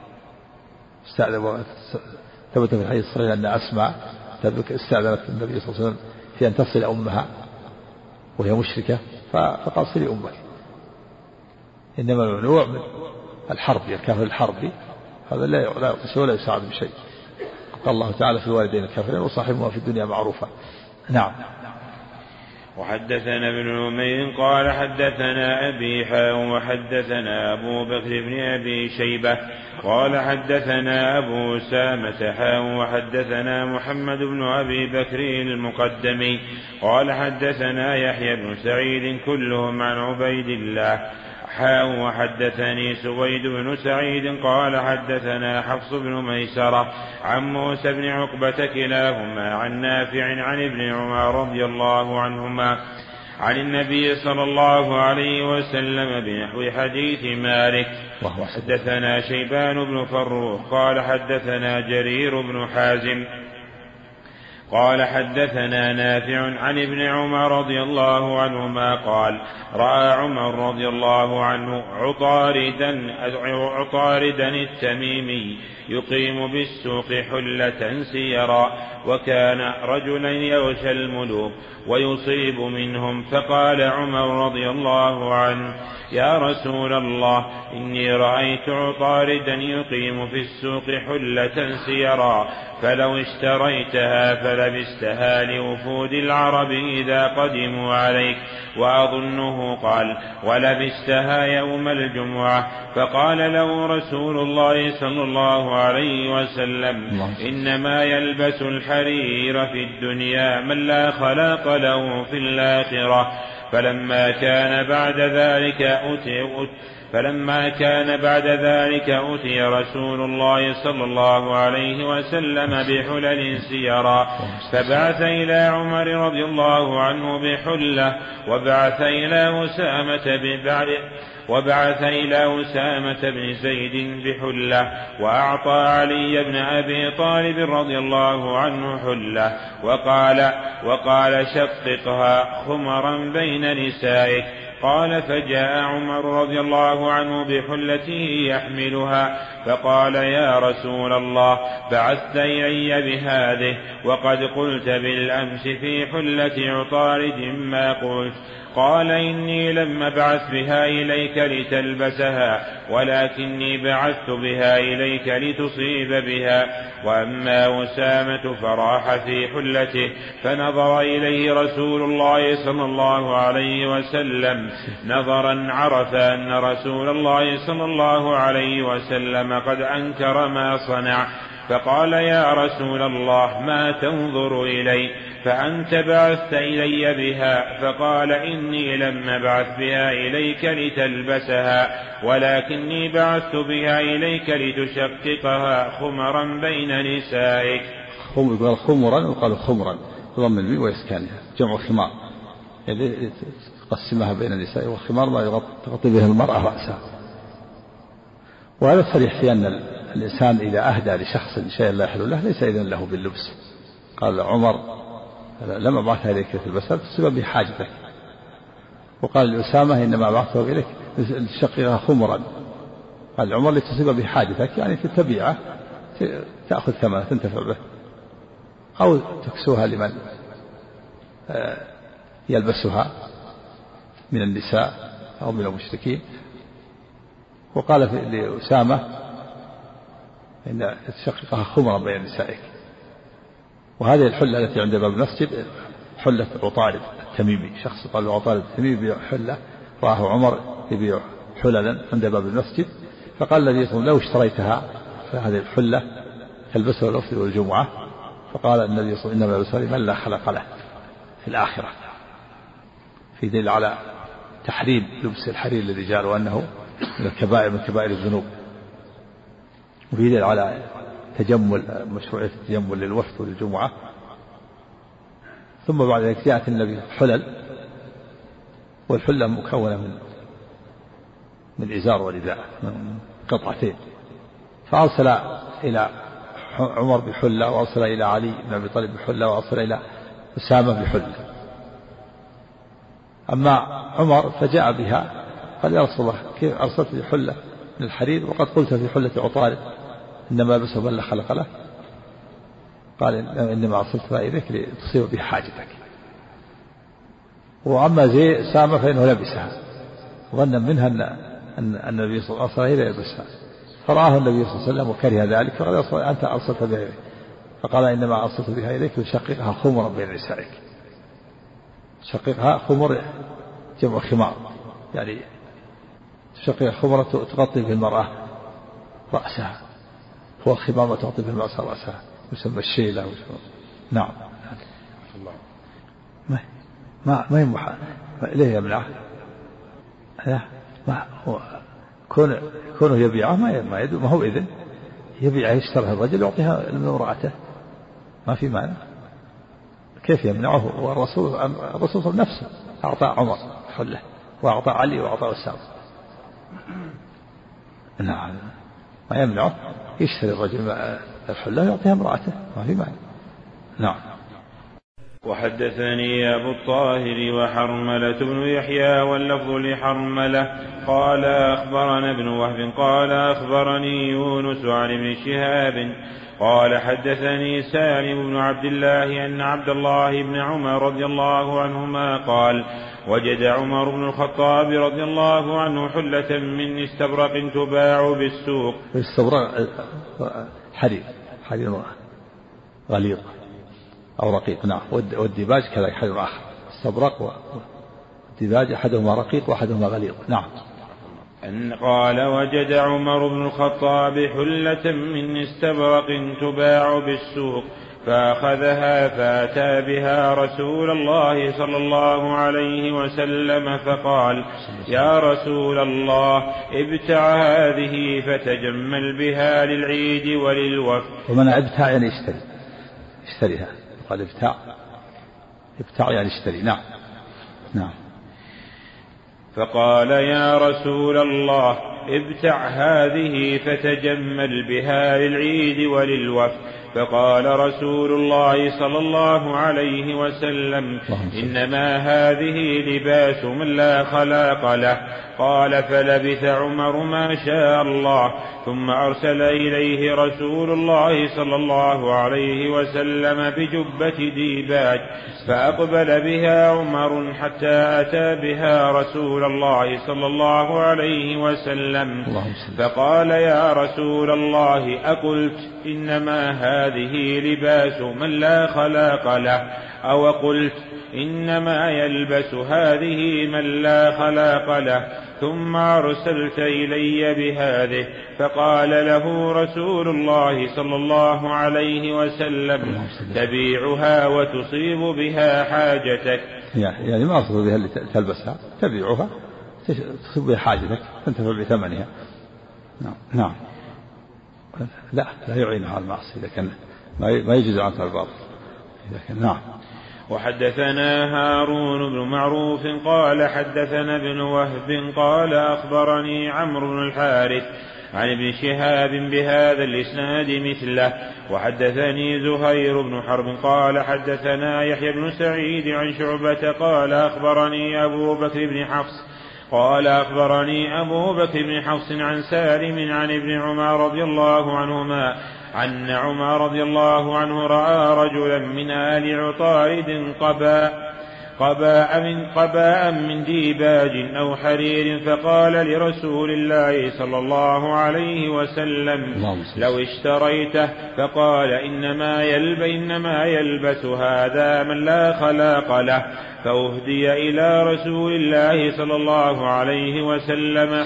ثبت في الحديث الصحيح أن أسماء استأذنت النبي صلى الله عليه وسلم في أن تصل أمها وهي مشركة، فقال صلي أمك. إنما الممنوع من الحربي، الكافر الحربي هذا لا يقصى ولا يساعد بشيء. قال الله تعالى في الوالدين الكافرين وصاحبهما في الدنيا معروفا. نعم. وحدثنا ابن نمير قال حدثنا أبي وحدثنا أبو بكر بن أبي شيبة قال حدثنا أبو أسامة وحدثنا محمد بن أبي بكر المقدمي قال حدثنا يحيى بن سعيد كلهم عن عبيد الله وحدثني سويد بن سعيد قال حدثنا حفص بن ميسرة عن موسى بن عقبة كلاهما عن نافع عن ابن عمر رضي الله عنهما عن النبي صلى الله عليه وسلم بنحو حديث مالك. وحدثنا شيبان بن فروخ قال حدثنا جرير بن حازم قال حدثنا نافع عن ابن عمر رضي الله عنهما قال رأى عمر رضي الله عنه عطاردا التميمي يقيم بالسوق حلة سيرا، وكان رجلا يغشى الملوك ويصيب منهم، فقال عمر رضي الله عنه يا رسول الله إني رأيت عطاردا يقيم في السوق حلة سيرا، فلو اشتريتها فلبستها لوفود العرب إذا قدموا عليك، وأظنه قال ولبستها يوم الجمعة. فقال له رسول الله صلى الله عليه وسلم إنما يلبس الحرير في الدنيا من لا خلاق له في الآخرة. فلما كان بعد ذلك أتي رسول الله صلى الله عليه وسلم بحلل سيرا، فبعث إلى عمر رضي الله عنه بحلة، وبعث إلى أسامة بن زيد بحلة، وأعطى علي بن أبي طالب رضي الله عنه حلة، وقال شققها خمرا بين نسائك. قال فجاء عمر رضي الله عنه بحلته يحملها، فقال يا رسول الله بعثت إلي بهذه، وقد قلت بالأمس في حلة عطارد ما قلت. قال إني لم أبعث بها إليك لتلبسها، ولكني بعثت بها إليك لتصيب بها. وأما أسامة فراح في حلته، فنظر إليه رسول الله صلى الله عليه وسلم نظرا عرف أن رسول الله صلى الله عليه وسلم قد أنكر ما صنع، فقال يا رسول الله ما تنظر إلي؟ فأنت بعثت إلي بها. فقال إني لم أبعث بها إليك لتلبسها، ولكني بعثت بها إليك لتشققها خمرا بين نسائك. يقال خمرا وقال خمرا ضم الميم وإسكانها، جمع خمار، يعني تقسمها بين النساء، والخمار ما تغطي به المرأة رأسها. وهذا صريح في أن الإنسان إذا أهدى لشخص شيئا لا يحل له ليس إذن له باللبس. قال عمر لما بعثها إليك تلبسها تصيب بحاجتك. وقال لأسامة إنما بعثها إليك لتشققها خمرا. قال عمر لتصيب بحاجتك، يعني تبيعه تأخذ ثمنه تنتفع به، أو تكسوها لمن يلبسها من النساء أو من المشركين. وقال لأسامة إن تشققها خمرا بين نسائك. وهذه الحلة التي عند باب المسجد حلة عطارد التميمي، شخص قال له عطارد التميمي يبيع حلة، راه عمر يبيع حللا عند باب المسجد، فقال النبي صلى الله عليه وسلم لو اشتريتها فهذه الحلة تلبسها الوفد والجمعة. فقال النبي صلى الله عليه وسلم إنما يلبسها من لا خلق له في الآخرة، في دليل على تحريم لبس الحرير للرجال، وأنه من كبائر الذنوب، وفي دليل على مشروعية التجمل للوفد وللجمعة. ثم بعد ذلك جاءت النبي حلل، والحلة مكونة من إزار ورداء، من قطعتين. فأرسل إلى عمر بحلة، وأرسل إلى علي بن أبي طالب بحلة، وأرسل إلى أسامة بحلة. أما عمر فجاء بها قال يا رسول الله كيف أرسلت لي حلة من الحرير وقد قلت في حلة عطارد إنما بس من لا خلق له؟ قال إنما أرسلتها إليك لتصيب بها حاجتك. وأما زي أسامة فإنه لبسها ظنا منها أن النبي صلى الله عليه وسلم يلبسها، فرآه النبي صلى الله عليه وسلم وكره ذلك، فقال أنت أرسلت بها إليك. فقال إنما أرسلت بها إليك لتشققها خمرا بين نسائك. شققها خمر جمع خمار، يعني تشققها خمرا تغطي به المرأة رأسها، هو الخمار ما تغطي به المرأة رأسها، يسمى الشيلة. نعم. ما يمحى ليه يمنعه؟ ما هو كونه يبيعه ما هو إذن يبيعه، يشتريها الرجل يعطيها لامرأته، ما في معنى. كيف يمنعه؟ والرسول نفسه أعطى عمر حله، وأعطى علي، وأعطى أسامة. نعم، ما يمنعه، يشتري الرجل الحله يعطيها امرأته، ما في معنى. نعم. وحدثني أبو الطاهر وحرملة بن يحيى واللفظ لحرملة قال أخبرنا ابن وهب قال أخبرني يونس عن ابن شهاب قال حدثني سالم بن عبد الله أن عبد الله بن عمر رضي الله عنهما قال وجد عمر بن الخطاب رضي الله عنه حلة من استبرق تباع بالسوق. الاستبرق حرير غليظ أو رقيق. نعم. والديباج كذلك حرير آخر. استبرق والديباج أحدهما رقيق وأحدهما غليظ. نعم. أن قال وجد عمر بن الخطاب حلة من استبرق تباع بالسوق فأخذها فأتى بها رسول الله صلى الله عليه وسلم فقال يا رسول الله ابتع هذه فتجمل بها للعيد وللوفد. ومن ابتع يعني اشتريها. قال ابتع يعني اشتري. نعم. نعم. فقال يا رسول الله ابتع هذه فتجمل بها للعيد وللوفد. فقال رسول الله صلى الله عليه وسلم إنما هذه لباس من لا خلاق له. قال فلبث عمر ما شاء الله ثم أرسل إليه رسول الله صلى الله عليه وسلم بجبة ديباج فأقبل بها عمر حتى أتى بها رسول الله صلى الله عليه وسلم فقال يا رسول الله أقلت إنما هذه لباس من لا خلاق له أو قلت إنما يلبس هذه من لا خلاق له ثم أرسلت إلي بهذه. فقال له رسول الله صلى الله عليه وسلم تبيعها وتصيب بها حاجتك. يعني ما تصيب بها اللي تلبسها تبيعها تصيب بها حاجتك تنتفع بثمنها. نعم. لا يعينها على المعصية إذا كان ما يجوز عنها الباطل إذا كان. نعم. وحدثنا هارون بن معروف قال حدثنا ابن وهب قال أخبرني عمرو بن الحارث عن ابن شهاب بهذا الإسناد مثله. وحدثني زهير بن حرب قال حدثنا يحيى بن سعيد عن شعبة قال أخبرني أبو بكر بن حفص قال أخبرني أبو بكر بن حفص عن سالم عن ابن عمر رضي الله عنهما أن عمر رضي الله عنه رأى رجلا من آل عطارد قباء من ديباج أو حرير فقال لرسول الله صلى الله عليه وسلم لو اشتريته فقال إنما يلبس هذا من لا خلاق له. فأهدي إلى رسول الله صلى الله عليه وسلم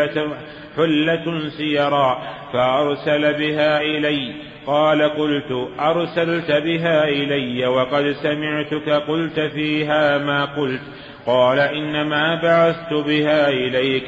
حلة سيرا فأرسل بها إلي. قال قلت أرسلت بها إلي وقد سمعتك قلت فيها ما قلت. قال إنما بعثت بها إليك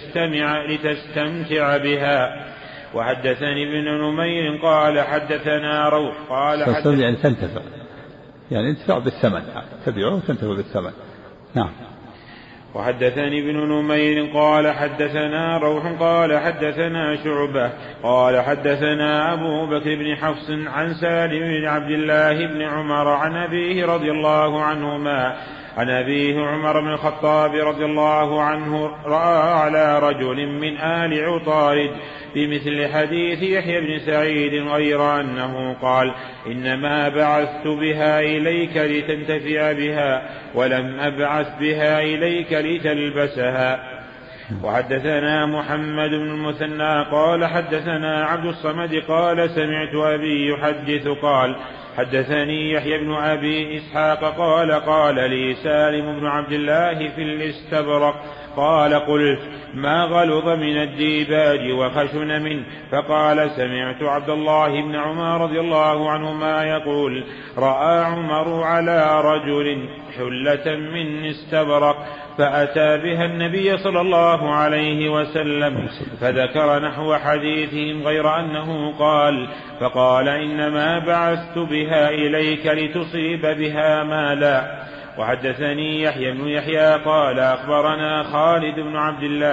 لتستمتع بها. وحدثني ابن نمير قال حدثنا روح قال يعني تنتفع يعني انتفع بالثمن تبيعه وتنتفع بالثمن. نعم. وحدثني ابن نمير قال حدثنا روح قال حدثنا شعبة قال حدثنا أبو بكر بن حفص عن سالم بن عبد الله بن عمر عن أبيه رضي الله عنهما عن أبيه عمر بن الخطاب رضي الله عنه رأى على رجل من آل عطارد بمثل حديث يحيى بن سعيد غير أنه قال إنما بعثت بها إليك لتنتفع بها ولم أبعث بها إليك لتلبسها. وحدثنا محمد بن المثنى قال حدثنا عبد الصمد قال سمعت أبي يحدث قال حدثني يحيى بن أبي إسحاق قال لي سالم بن عبد الله في الاستبرق قال قلت ما غلظ من الديباج وخشن منه. فقال سمعت عبد الله بن عمر رضي الله عنهما يقول رأى عمر على رجل حلة من استبرق فأتى بها النبي صلى الله عليه وسلم فذكر نحو حديثهم غير أنه قال فقال إنما بعثت بها إليك لتصيب بها مالا. وحدثني يحيى بن يحيى قال أخبرنا خالد بن عبد الله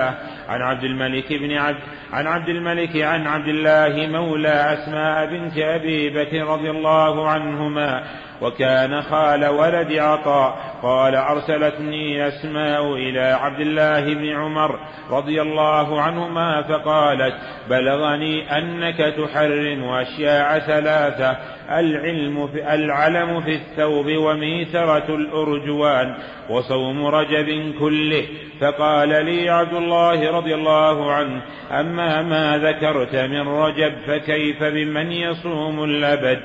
عن عبد الملك عن عبد الله مولى أسماء بنت أبي بكر رضي الله عنهما وكان خال ولد عطاء قال أرسلتني أسماء إلى عبد الله بن عمر رضي الله عنهما فقالت بلغني أنك تحرم أشياء ثلاثة العلم في الثوب وميثرة الأرجوان وصوم رجب كله. فقال لي عبد الله رضي الله عنه أما ما ذكرت من رجب فكيف بمن يصوم الأبد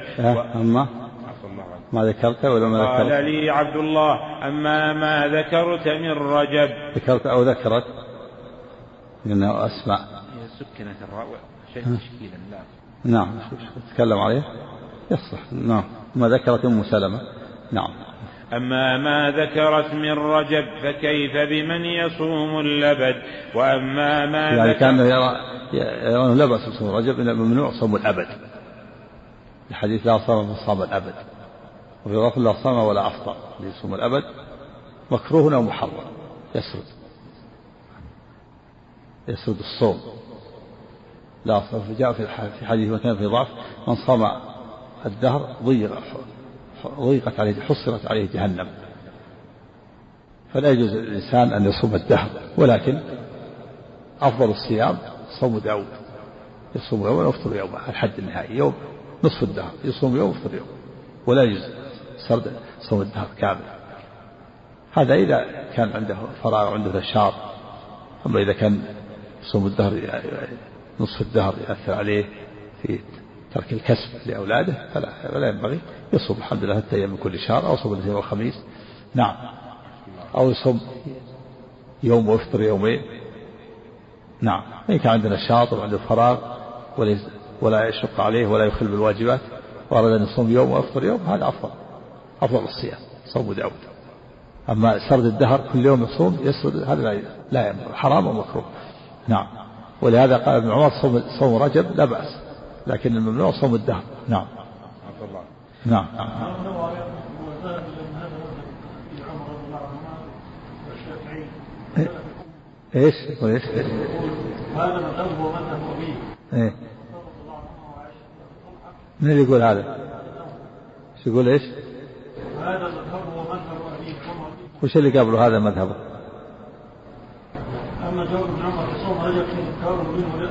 ما ذكرت ولا ما ذكرت؟ قال لي عبد الله أما ما ذكرت من رجب. ذكرت أو ذكرت لأنه أسماء سكنت الراء شيء تشكيلا لا نعم تتكلم عليه يصح. نعم ما ذكرت أم سلمة. نعم أما ما ذكرت من رجب فكيف بمن يصوم الأبد. وأما ما يعني كان يرون لا بأس بصوم رجب إلا ممنوع صوم الأبد الحديث لا صام من صام الأبد وفي رفض لا صام ولا أفطر يصوم الأبد مكروه أو محرم يسرد الصوم لا صام. جاء في حديث وكان في ضعف من صام الدهر ضيقت عليه حصرت عليه جهنم. فلا يجوز للإنسان أن يصوم الدهر ولكن أفضل الصيام صوم داود يصوم يوما ويفطر يوما الحد النهائي يوم نصف الدهر يصوم يوم ويفطر يوم ولا يجوز سرد صوم الدهر كامل. هذا إذا كان عنده فراغ عنده نشاط. أما إذا كان صوم الدهر نصف الدهر يأثر عليه في ترك الكسب لأولاده فلا ينبغي يصوم الحمد لله 3 أيام من كل شهر أو صوم الاثنين والخميس. نعم أو يصوم يوم ويفطر يومين. نعم إن كان عنده نشاط وعنده فراغ ولا يشق عليه ولا يخل بالواجبات وأراد أن يصوم يوم ويفطر يوم هذا أفضل الصيام صوم داود. أما سرد الدهر كل يوم يصوم يسرد هذا لا ينبغي حرام ومكروه. نعم ولهذا قال ابن عمر صوم رجب لا بأس لكن الممنوع صوم الدهر. نعم نعم ايش هذا مذهب ومذهب أبيه. ايه من اللي يقول هذا؟ شو يقول ايش؟ هذا مذهب ومذهب أبيه. وش اللي قبله هذا مذهبه؟ أما جواب ابن عمر في صوم رجب إنكاره منه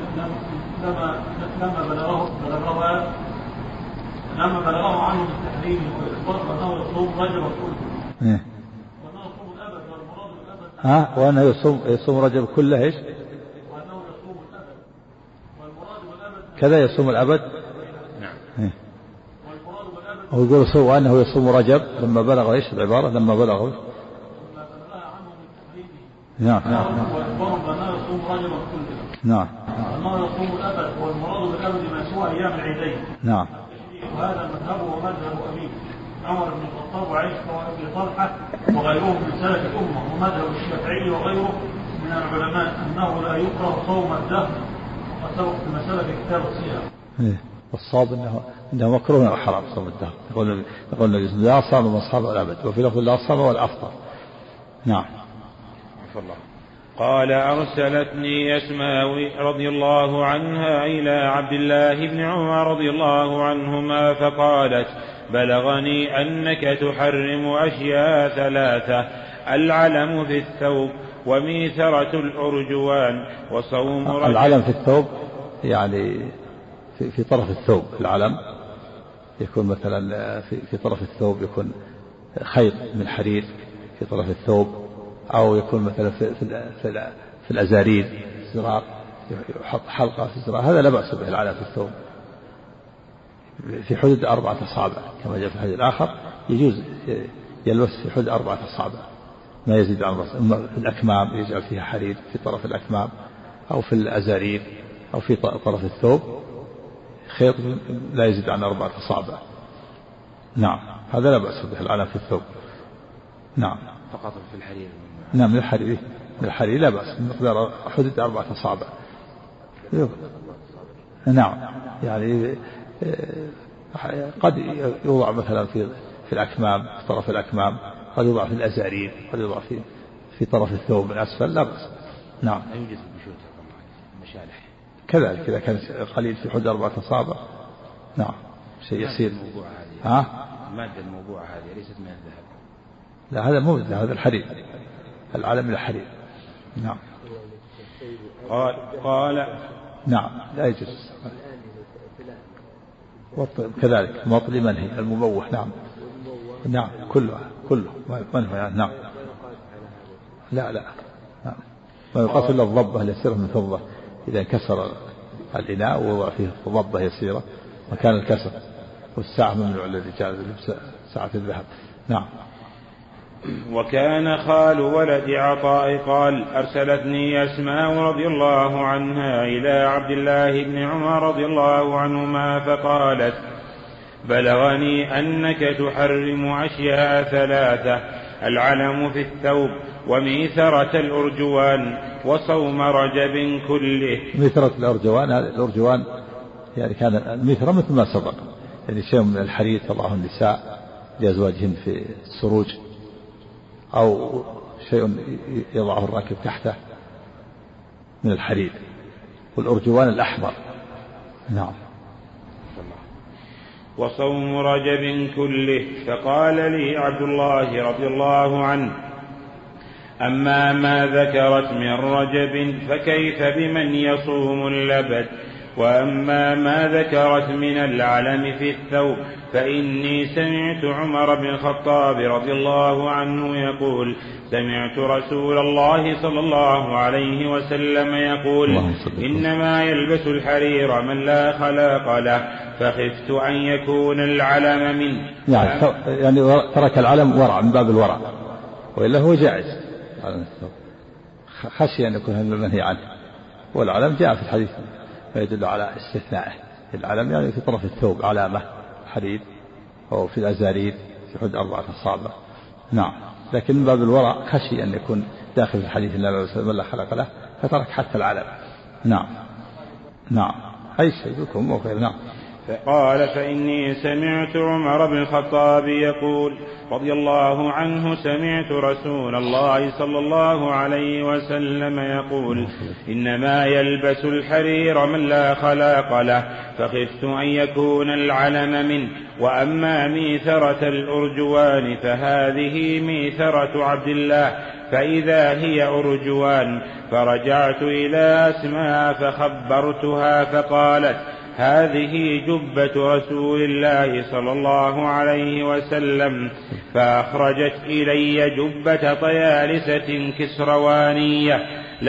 لما بلغه عنه بالتحريم وإخبار أنه يصوم رجب كله. وأنه يصوم الأبد والمراد بالأبد. وأنه يصوم رجب كله إيش؟ وأنه يصوم الأبد والمراد بالأبد. كذا يصوم الأبد. نعم. والمراد بالأبد. هو يقول وأنه يصوم رجب لما بلغ إيش العبارة لما بلغه. عنه بالتحريم. نعم. وإخبار أنه يصوم رجب كله. نعم. وأنه يصوم الأبد والمراد بالأبد ما سوى أيام العيدين. نعم. وهذا مذهبه ومذهب أبيه عمر بن الخطاب وعائشة وأبي طلحة وغيرهم من سلف الأمة ومذهب الشافعي وغيره من العلماء أنه لا يكره صوم الدهر وسبق في مسألة في كتاب الصيام. والصواب أنه مكروه أو حرام صوم الدهر. يقول لا صام من صام الأبد وفي لفظ لا صام ولا أفطر. نعم. قال أرسلتني أسماء رضي الله عنها إلى عبد الله بن عمر رضي الله عنهما فقالت بلغني أنك تحرم أشياء ثلاثة العلم في الثوب وميثرة الأرجوان وصوم رجب. العلم في الثوب يعني في طرف الثوب العلم يكون مثلا في طرف الثوب يكون خيط من حرير في طرف الثوب أو يكون مثلا في الأزارير زرار يحط حلقة في الزرار هذا لا بأس به العلم في الثوب في حدود 4 أصابع كما جاء في الحديث الآخر يجوز يلبس في حدود 4 أصابع ما يزيد عن رأس. أما في الأكمام يجعل فيها حرير في طرف الأكمام أو في الأزارير أو في طرف الثوب خيط لا يزيد عن 4 أصابع. نعم هذا لا بأس به العلم في الثوب. نعم فقط في الحرير. نعم من الحرير لا بأس مقدار حدود 4 أصابع. نعم يعني قد يوضع مثلا في الأكمام في طرف الأكمام قد يوضع في الأزارير قد يوضع في طرف الثوب من أسفل لا بأس. نعم. لا يوجد بشوت مشالح كذلك إذا كان قليل في حدود 4 أصابع نعم شيء يسير. المادة الموضوعة هذه ليست من الذهب. لا هذا مو الذهب، هذا الحرير، العلم الحرير. نعم. قال نعم لا يجوز كذلك مطلي منهي المموح. نعم نعم كله منهي يعني. نعم لا نعم. ما يقاس إلا الضبة اليسيرة من فضة إذا انكسر الإناء ووضع فيه ضبة يسيرة مكان الكسر. والساعة ممنوع للرجال لبس ساعة الذهب. نعم. وكان خال ولد عطاء قال أرسلتني أسماء رضي الله عنها إلى عبد الله بن عمر رضي الله عنهما فقالت بلغني أنك تحرم أشياء 3: العلم في الثوب وميثرة الأرجوان وصوم رجب كله. ميثرة الأرجوان، هذا الأرجوان يعني كان الميثرة مثل ما سبق يعني شيء من الحرير تضعه النساء لأزواجهن في السروج أو شيء يضعه الراكب تحته من الحرير. والأرجوان الأحمر. نعم. وصوم رجب كله. فقال لي عبد الله رضي الله عنه أما ما ذكرت من رجب فكيف بمن يصوم اللبد، وأما ما ذكرت من العلم في الثوب فإني سمعت عمر بن الخطاب رضي الله عنه يقول سمعت رسول الله صلى الله عليه وسلم يقول إنما يلبس الحرير من لا خلاق له فخفت أن يكون العلم منه. يعني ترك العلم ورع من باب الورع، وإلا هو جائز خشي أن يكون هذا المنهي عنه. والعلم جاء في الحديث ما يدل على استثنائه. العلم يعني في طرف الثوب علامة حديد أو في الأزارير في حدود 4 أصابع. نعم. لكن من باب الورع خشي أن يكون داخل الحديث من لا خلق له فترك حتى العلم. نعم أي شيء بكم وغير. نعم. فقال فإني سمعت عمر بن الخطاب يقول رضي الله عنه سمعت رسول الله صلى الله عليه وسلم يقول إنما يلبس الحرير من لا خلاق له فخفت أن يكون العلم منه. وأما ميثرة الأرجوان فهذه ميثرة عبد الله فإذا هي أرجوان. فرجعت إلى أسماء فخبرتها فقالت هذه جبة رسول الله صلى الله عليه وسلم. فأخرجت إلي جبة طيالسة كسروانية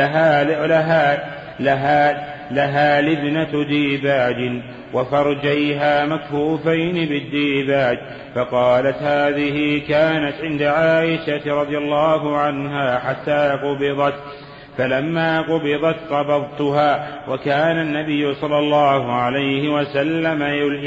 لها لبنة ديباج وفرجيها مكفوفين بالديباج. فقالت هذه كانت عند عائشة رضي الله عنها حتى قبضت، فلما قبضت قبضتها. وكان النبي صلى الله عليه وسلم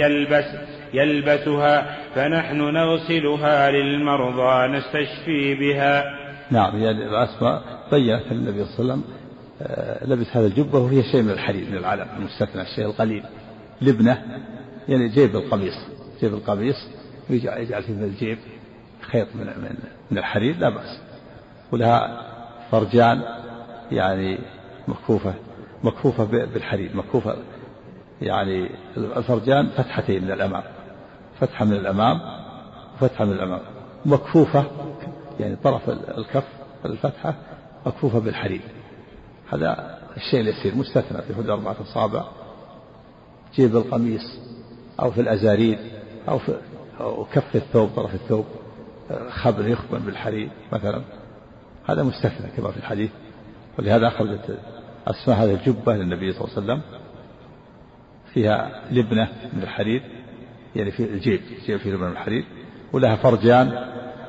يلبسها فنحن نغسلها للمرضى نستشفي بها. نعم. يعني الأسماء بيّنت النبي صلى الله عليه وسلم لبس هذا الجبة وهي شيء من الحرير من العلم المستثنى الشيء القليل. لبنة يعني جيب القميص يجعل في الجيب خيط من الحرير لا بأس. ولها فرجان يعني مكفوفة بالحرير مكفوفة يعني الفرجان فتحتين من الأمام، فتحة من الأمام وفتحة من الأمام مكفوفة يعني طرف الكف الفتحة مكفوفة بالحرير. هذا الشيء اليسير مستثنى في حدود 4 أصابع. جيب القميص أو في الأزارير أو كف الثوب طرف الثوب خبر يخبر بالحرير مثلا، هذا مستثنى كما في الحديث. ولهذا أخرجت أسماء هذه الجبة للنبي صلى الله عليه وسلم فيها لبنة من الحرير يعني في الجيب فيه لبنة من الحرير ولها فرجان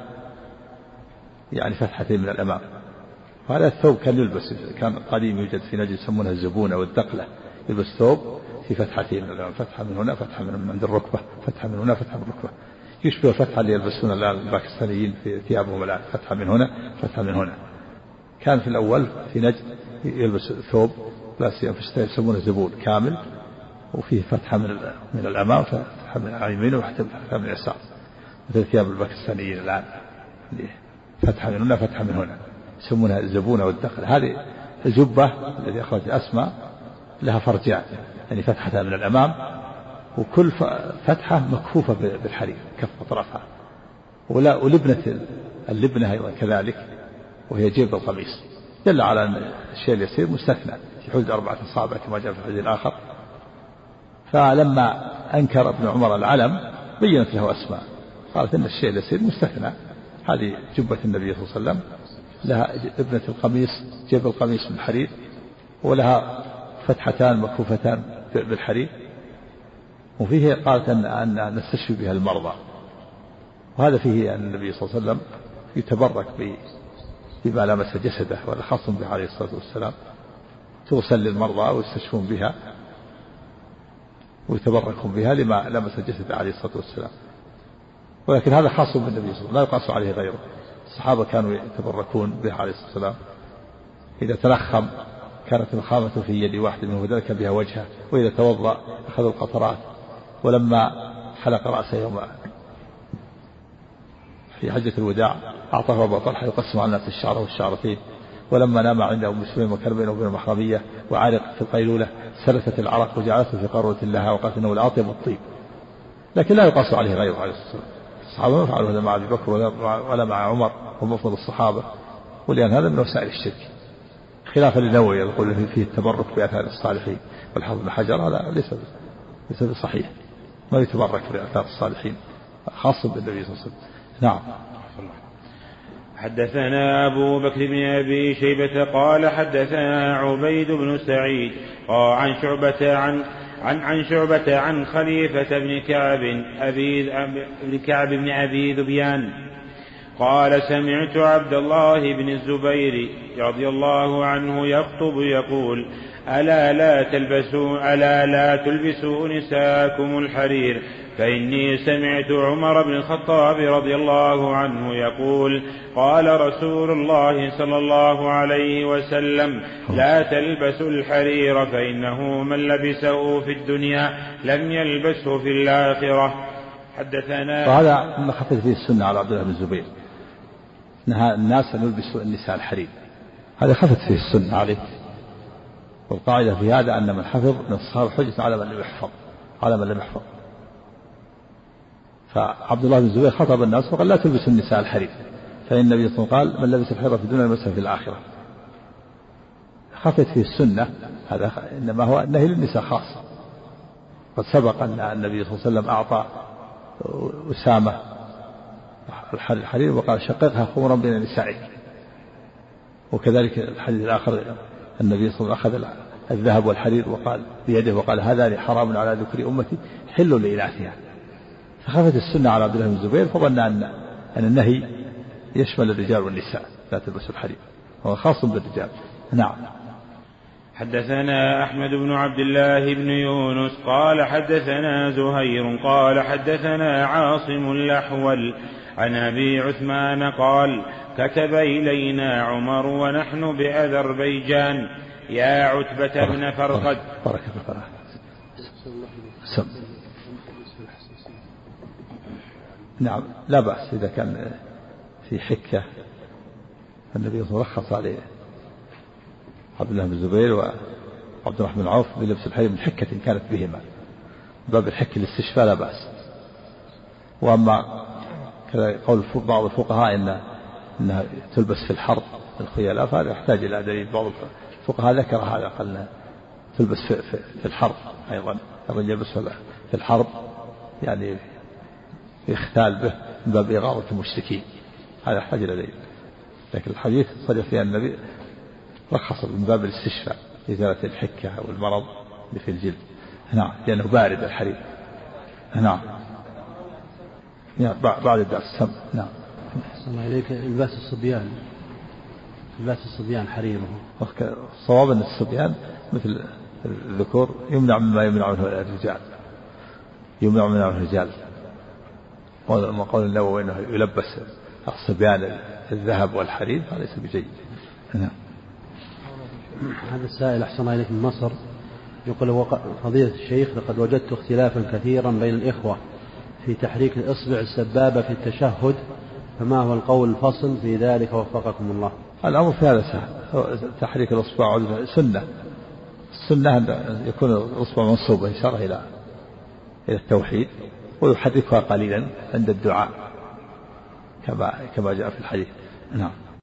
يعني فتحتين من الأمام. وهذا الثوب كان يلبس كان قديم يوجد في نجد يسمونها الزبونة والدقلة، يلبس ثوب في فتحتين من الأمام، فتحة من هنا فتحة من عند الركبة، فتحة من هنا فتحة من الركبة، يشبه الفتحة اللي يلبسون الآن الباكستانيين في ثيابهم الآن، فتحة من هنا فتحة من هنا. كان في الأول في نجد يلبس ثوب لا سيما يسمونه زبون كامل وفيه فتحة من الأمام فتحة من اليمين وفتحة من اليسار مثل ثياب الباكستانيين الآن، فتحة من هنا فتحة من هنا يسمونها الزبونة والدخل. الجبة الذي أخرج أسماء لها فرجان، يعني فتحة من الأمام، وكل فتحة مكفوفة بالحرير كف أطرافها، ولبنة اللبنة أيضا كذلك، وهي جيب القميص. دل على أن الشيء اليسير مستثنى في حدود 4 أصابع كما جاء في الحديث الآخر. فلما أنكر ابن عمر العلم بينت له أسماء، قالت إن الشيء اليسير مستثنى. هذه جبة النبي صلى الله عليه وسلم، لها ابنة القميص جيب القميص من حرير، ولها فتحتان مكفوفتان بالحرير، وفيه قالت أن نستشفي بها المرضى. وهذا فيه أن النبي صلى الله عليه وسلم يتبرك بما لمس جسده، وهذا خاص به عليه الصلاة والسلام، تغسل للمرضى ويستشفون بها ويتبركون بها لما لمس جسده عليه الصلاة والسلام. ولكن هذا خاص بالنبي صلى الله عليه وسلم، لا يقاس عليه غيره. الصحابة كانوا يتبركون به عليه الصلاة والسلام، إذا تلخم كانت الخامة في يد واحد منهم وذلك بها وجهه، وإذا توضأ أخذوا القطرات. ولما حلق رأسه يوم في حجة الوداع أعطاه أبو طلحة يقسم على الناس الشعر والشعرتين. ولما نام عند أم سليم وكان بينه وبين المحرمية وعارق في القيلولة سلفت العرق وجعلته في قارورة لها وقالت إنه الأطيب الطيب، لكن لا يقاس عليه غيره عليه الصلاة والسلام. الصحابة ما فعلوا هذا مع أبي بكر ولا مع عمر هم أفضل الصحابة، ولأن هذا من وسائل الشرك، خلافا للنووي يقول فيه التبرك بآثار الصالحين. والحافظ بن حجر هذا ليس بصحيح، ما يتبرك بآثار الصالحين، خاص بالنبي صلى الله عليه وسلم. نعم. حدثنا أبو بكر بن أبي شيبة قال حدثنا عبيد بن سعيد عن شعبة عن خليفة بن كعب بن أبي ذبيان قال سمعت عبد الله بن الزبير رضي الله عنه يخطب يقول ألا لا تلبسوا نساءكم الحرير، فإني سمعت عمر بن الخطاب رضي الله عنه يقول قال رسول الله صلى الله عليه وسلم لا تلبسوا الحرير، فإنه من لبسه في الدنيا لم يلبسه في الآخرة. حدثنا. وهذا ما خفت فيه السنة على عبد الله بن الزبير، نهى الناس أن يلبسوا النساء الحرير، هذا خفت فيه السنة عليه. والقاعدة في هذا أن من حفظ من الصحابة حجة على من لم يحفظ. فعبد الله بن الزبير خطب الناس وقال لا تلبسوا النساء الحرير، فإن النبي صلى الله عليه وسلم قال من لبس الحرير في الدنيا لبسه في الآخرة. خفت فيه السنة، هذا إنما هو النهي للنساء خاص. قد سبق أن النبي صلى الله عليه وسلم أعطى أسامة الحرير وقال شققها خمرا بين نسائك. وكذلك الحديث الآخر النبي صلى الله عليه وسلم أخذ الذهب والحرير وقال بيده وقال هذا حرام على ذكر أمتي حل لإناثها. فخفت السنة على عبد الله بن الزبير فظن أن النهي يشمل الرجال والنساء، لا تلبسوا الحرير، هو خاص بالرجال. نعم. حدثنا أحمد بن عبد الله بن يونس قال حدثنا زهير قال حدثنا عاصم الأحول عن أبي عثمان قال كتب إلينا عمر ونحن بأذربيجان يا عتبة بن فرقد. نعم لا بأس إذا كان في حكة، النبي صلى الله عليه وسلم رخص عليه عبد الله بن الزبير وعبد الرحمن بن عوف بلبس الحرير من حكة كانت بهما، باب الحكة الاستشفاء لا بأس. وأما كذا قول بعض الفقهاء إنها تلبس في الحرب الخيلاء فهذا يحتاج إلى دليل. بعض الفقهاء ذكر هذا، قال تلبس في الحرب أيضا، الرجل يلبس في الحرب يعني يختال به من باب إغاظة المشركين، هذا يحتاج إلى دليل. لكن الحديث صريح في النبي رخص من باب الاستشفاء إزالة الحكة أو المرض اللي في الجلد. نعم لأنه بارد الحرير. نعم بعد الدرس سم. نعم. الله إليك لباس الصبيان حريره. الصواب أن الصبيان مثل الذكور يمنع مما يمنع منه الرجال. قول النووي أنه يلبس الصبيان الذهب والحرير هذا ليس بجيد. نعم. هذا السائل أحسن إليك من مصر يقول فضيلة الشيخ لقد وجدت اختلافا كثيرا بين الإخوة في تحريك الإصبع السبابة في التشهد، فما هو القول الفصل في ذلك وفقكم الله؟ الأمر في هذا سهل، تحريك الإصبع سنة، السنة أن يكون الإصبع منصوبة إشارة إلى التوحيد، ويحركها قليلا عند الدعاء كما جاء في الحديث. نعم.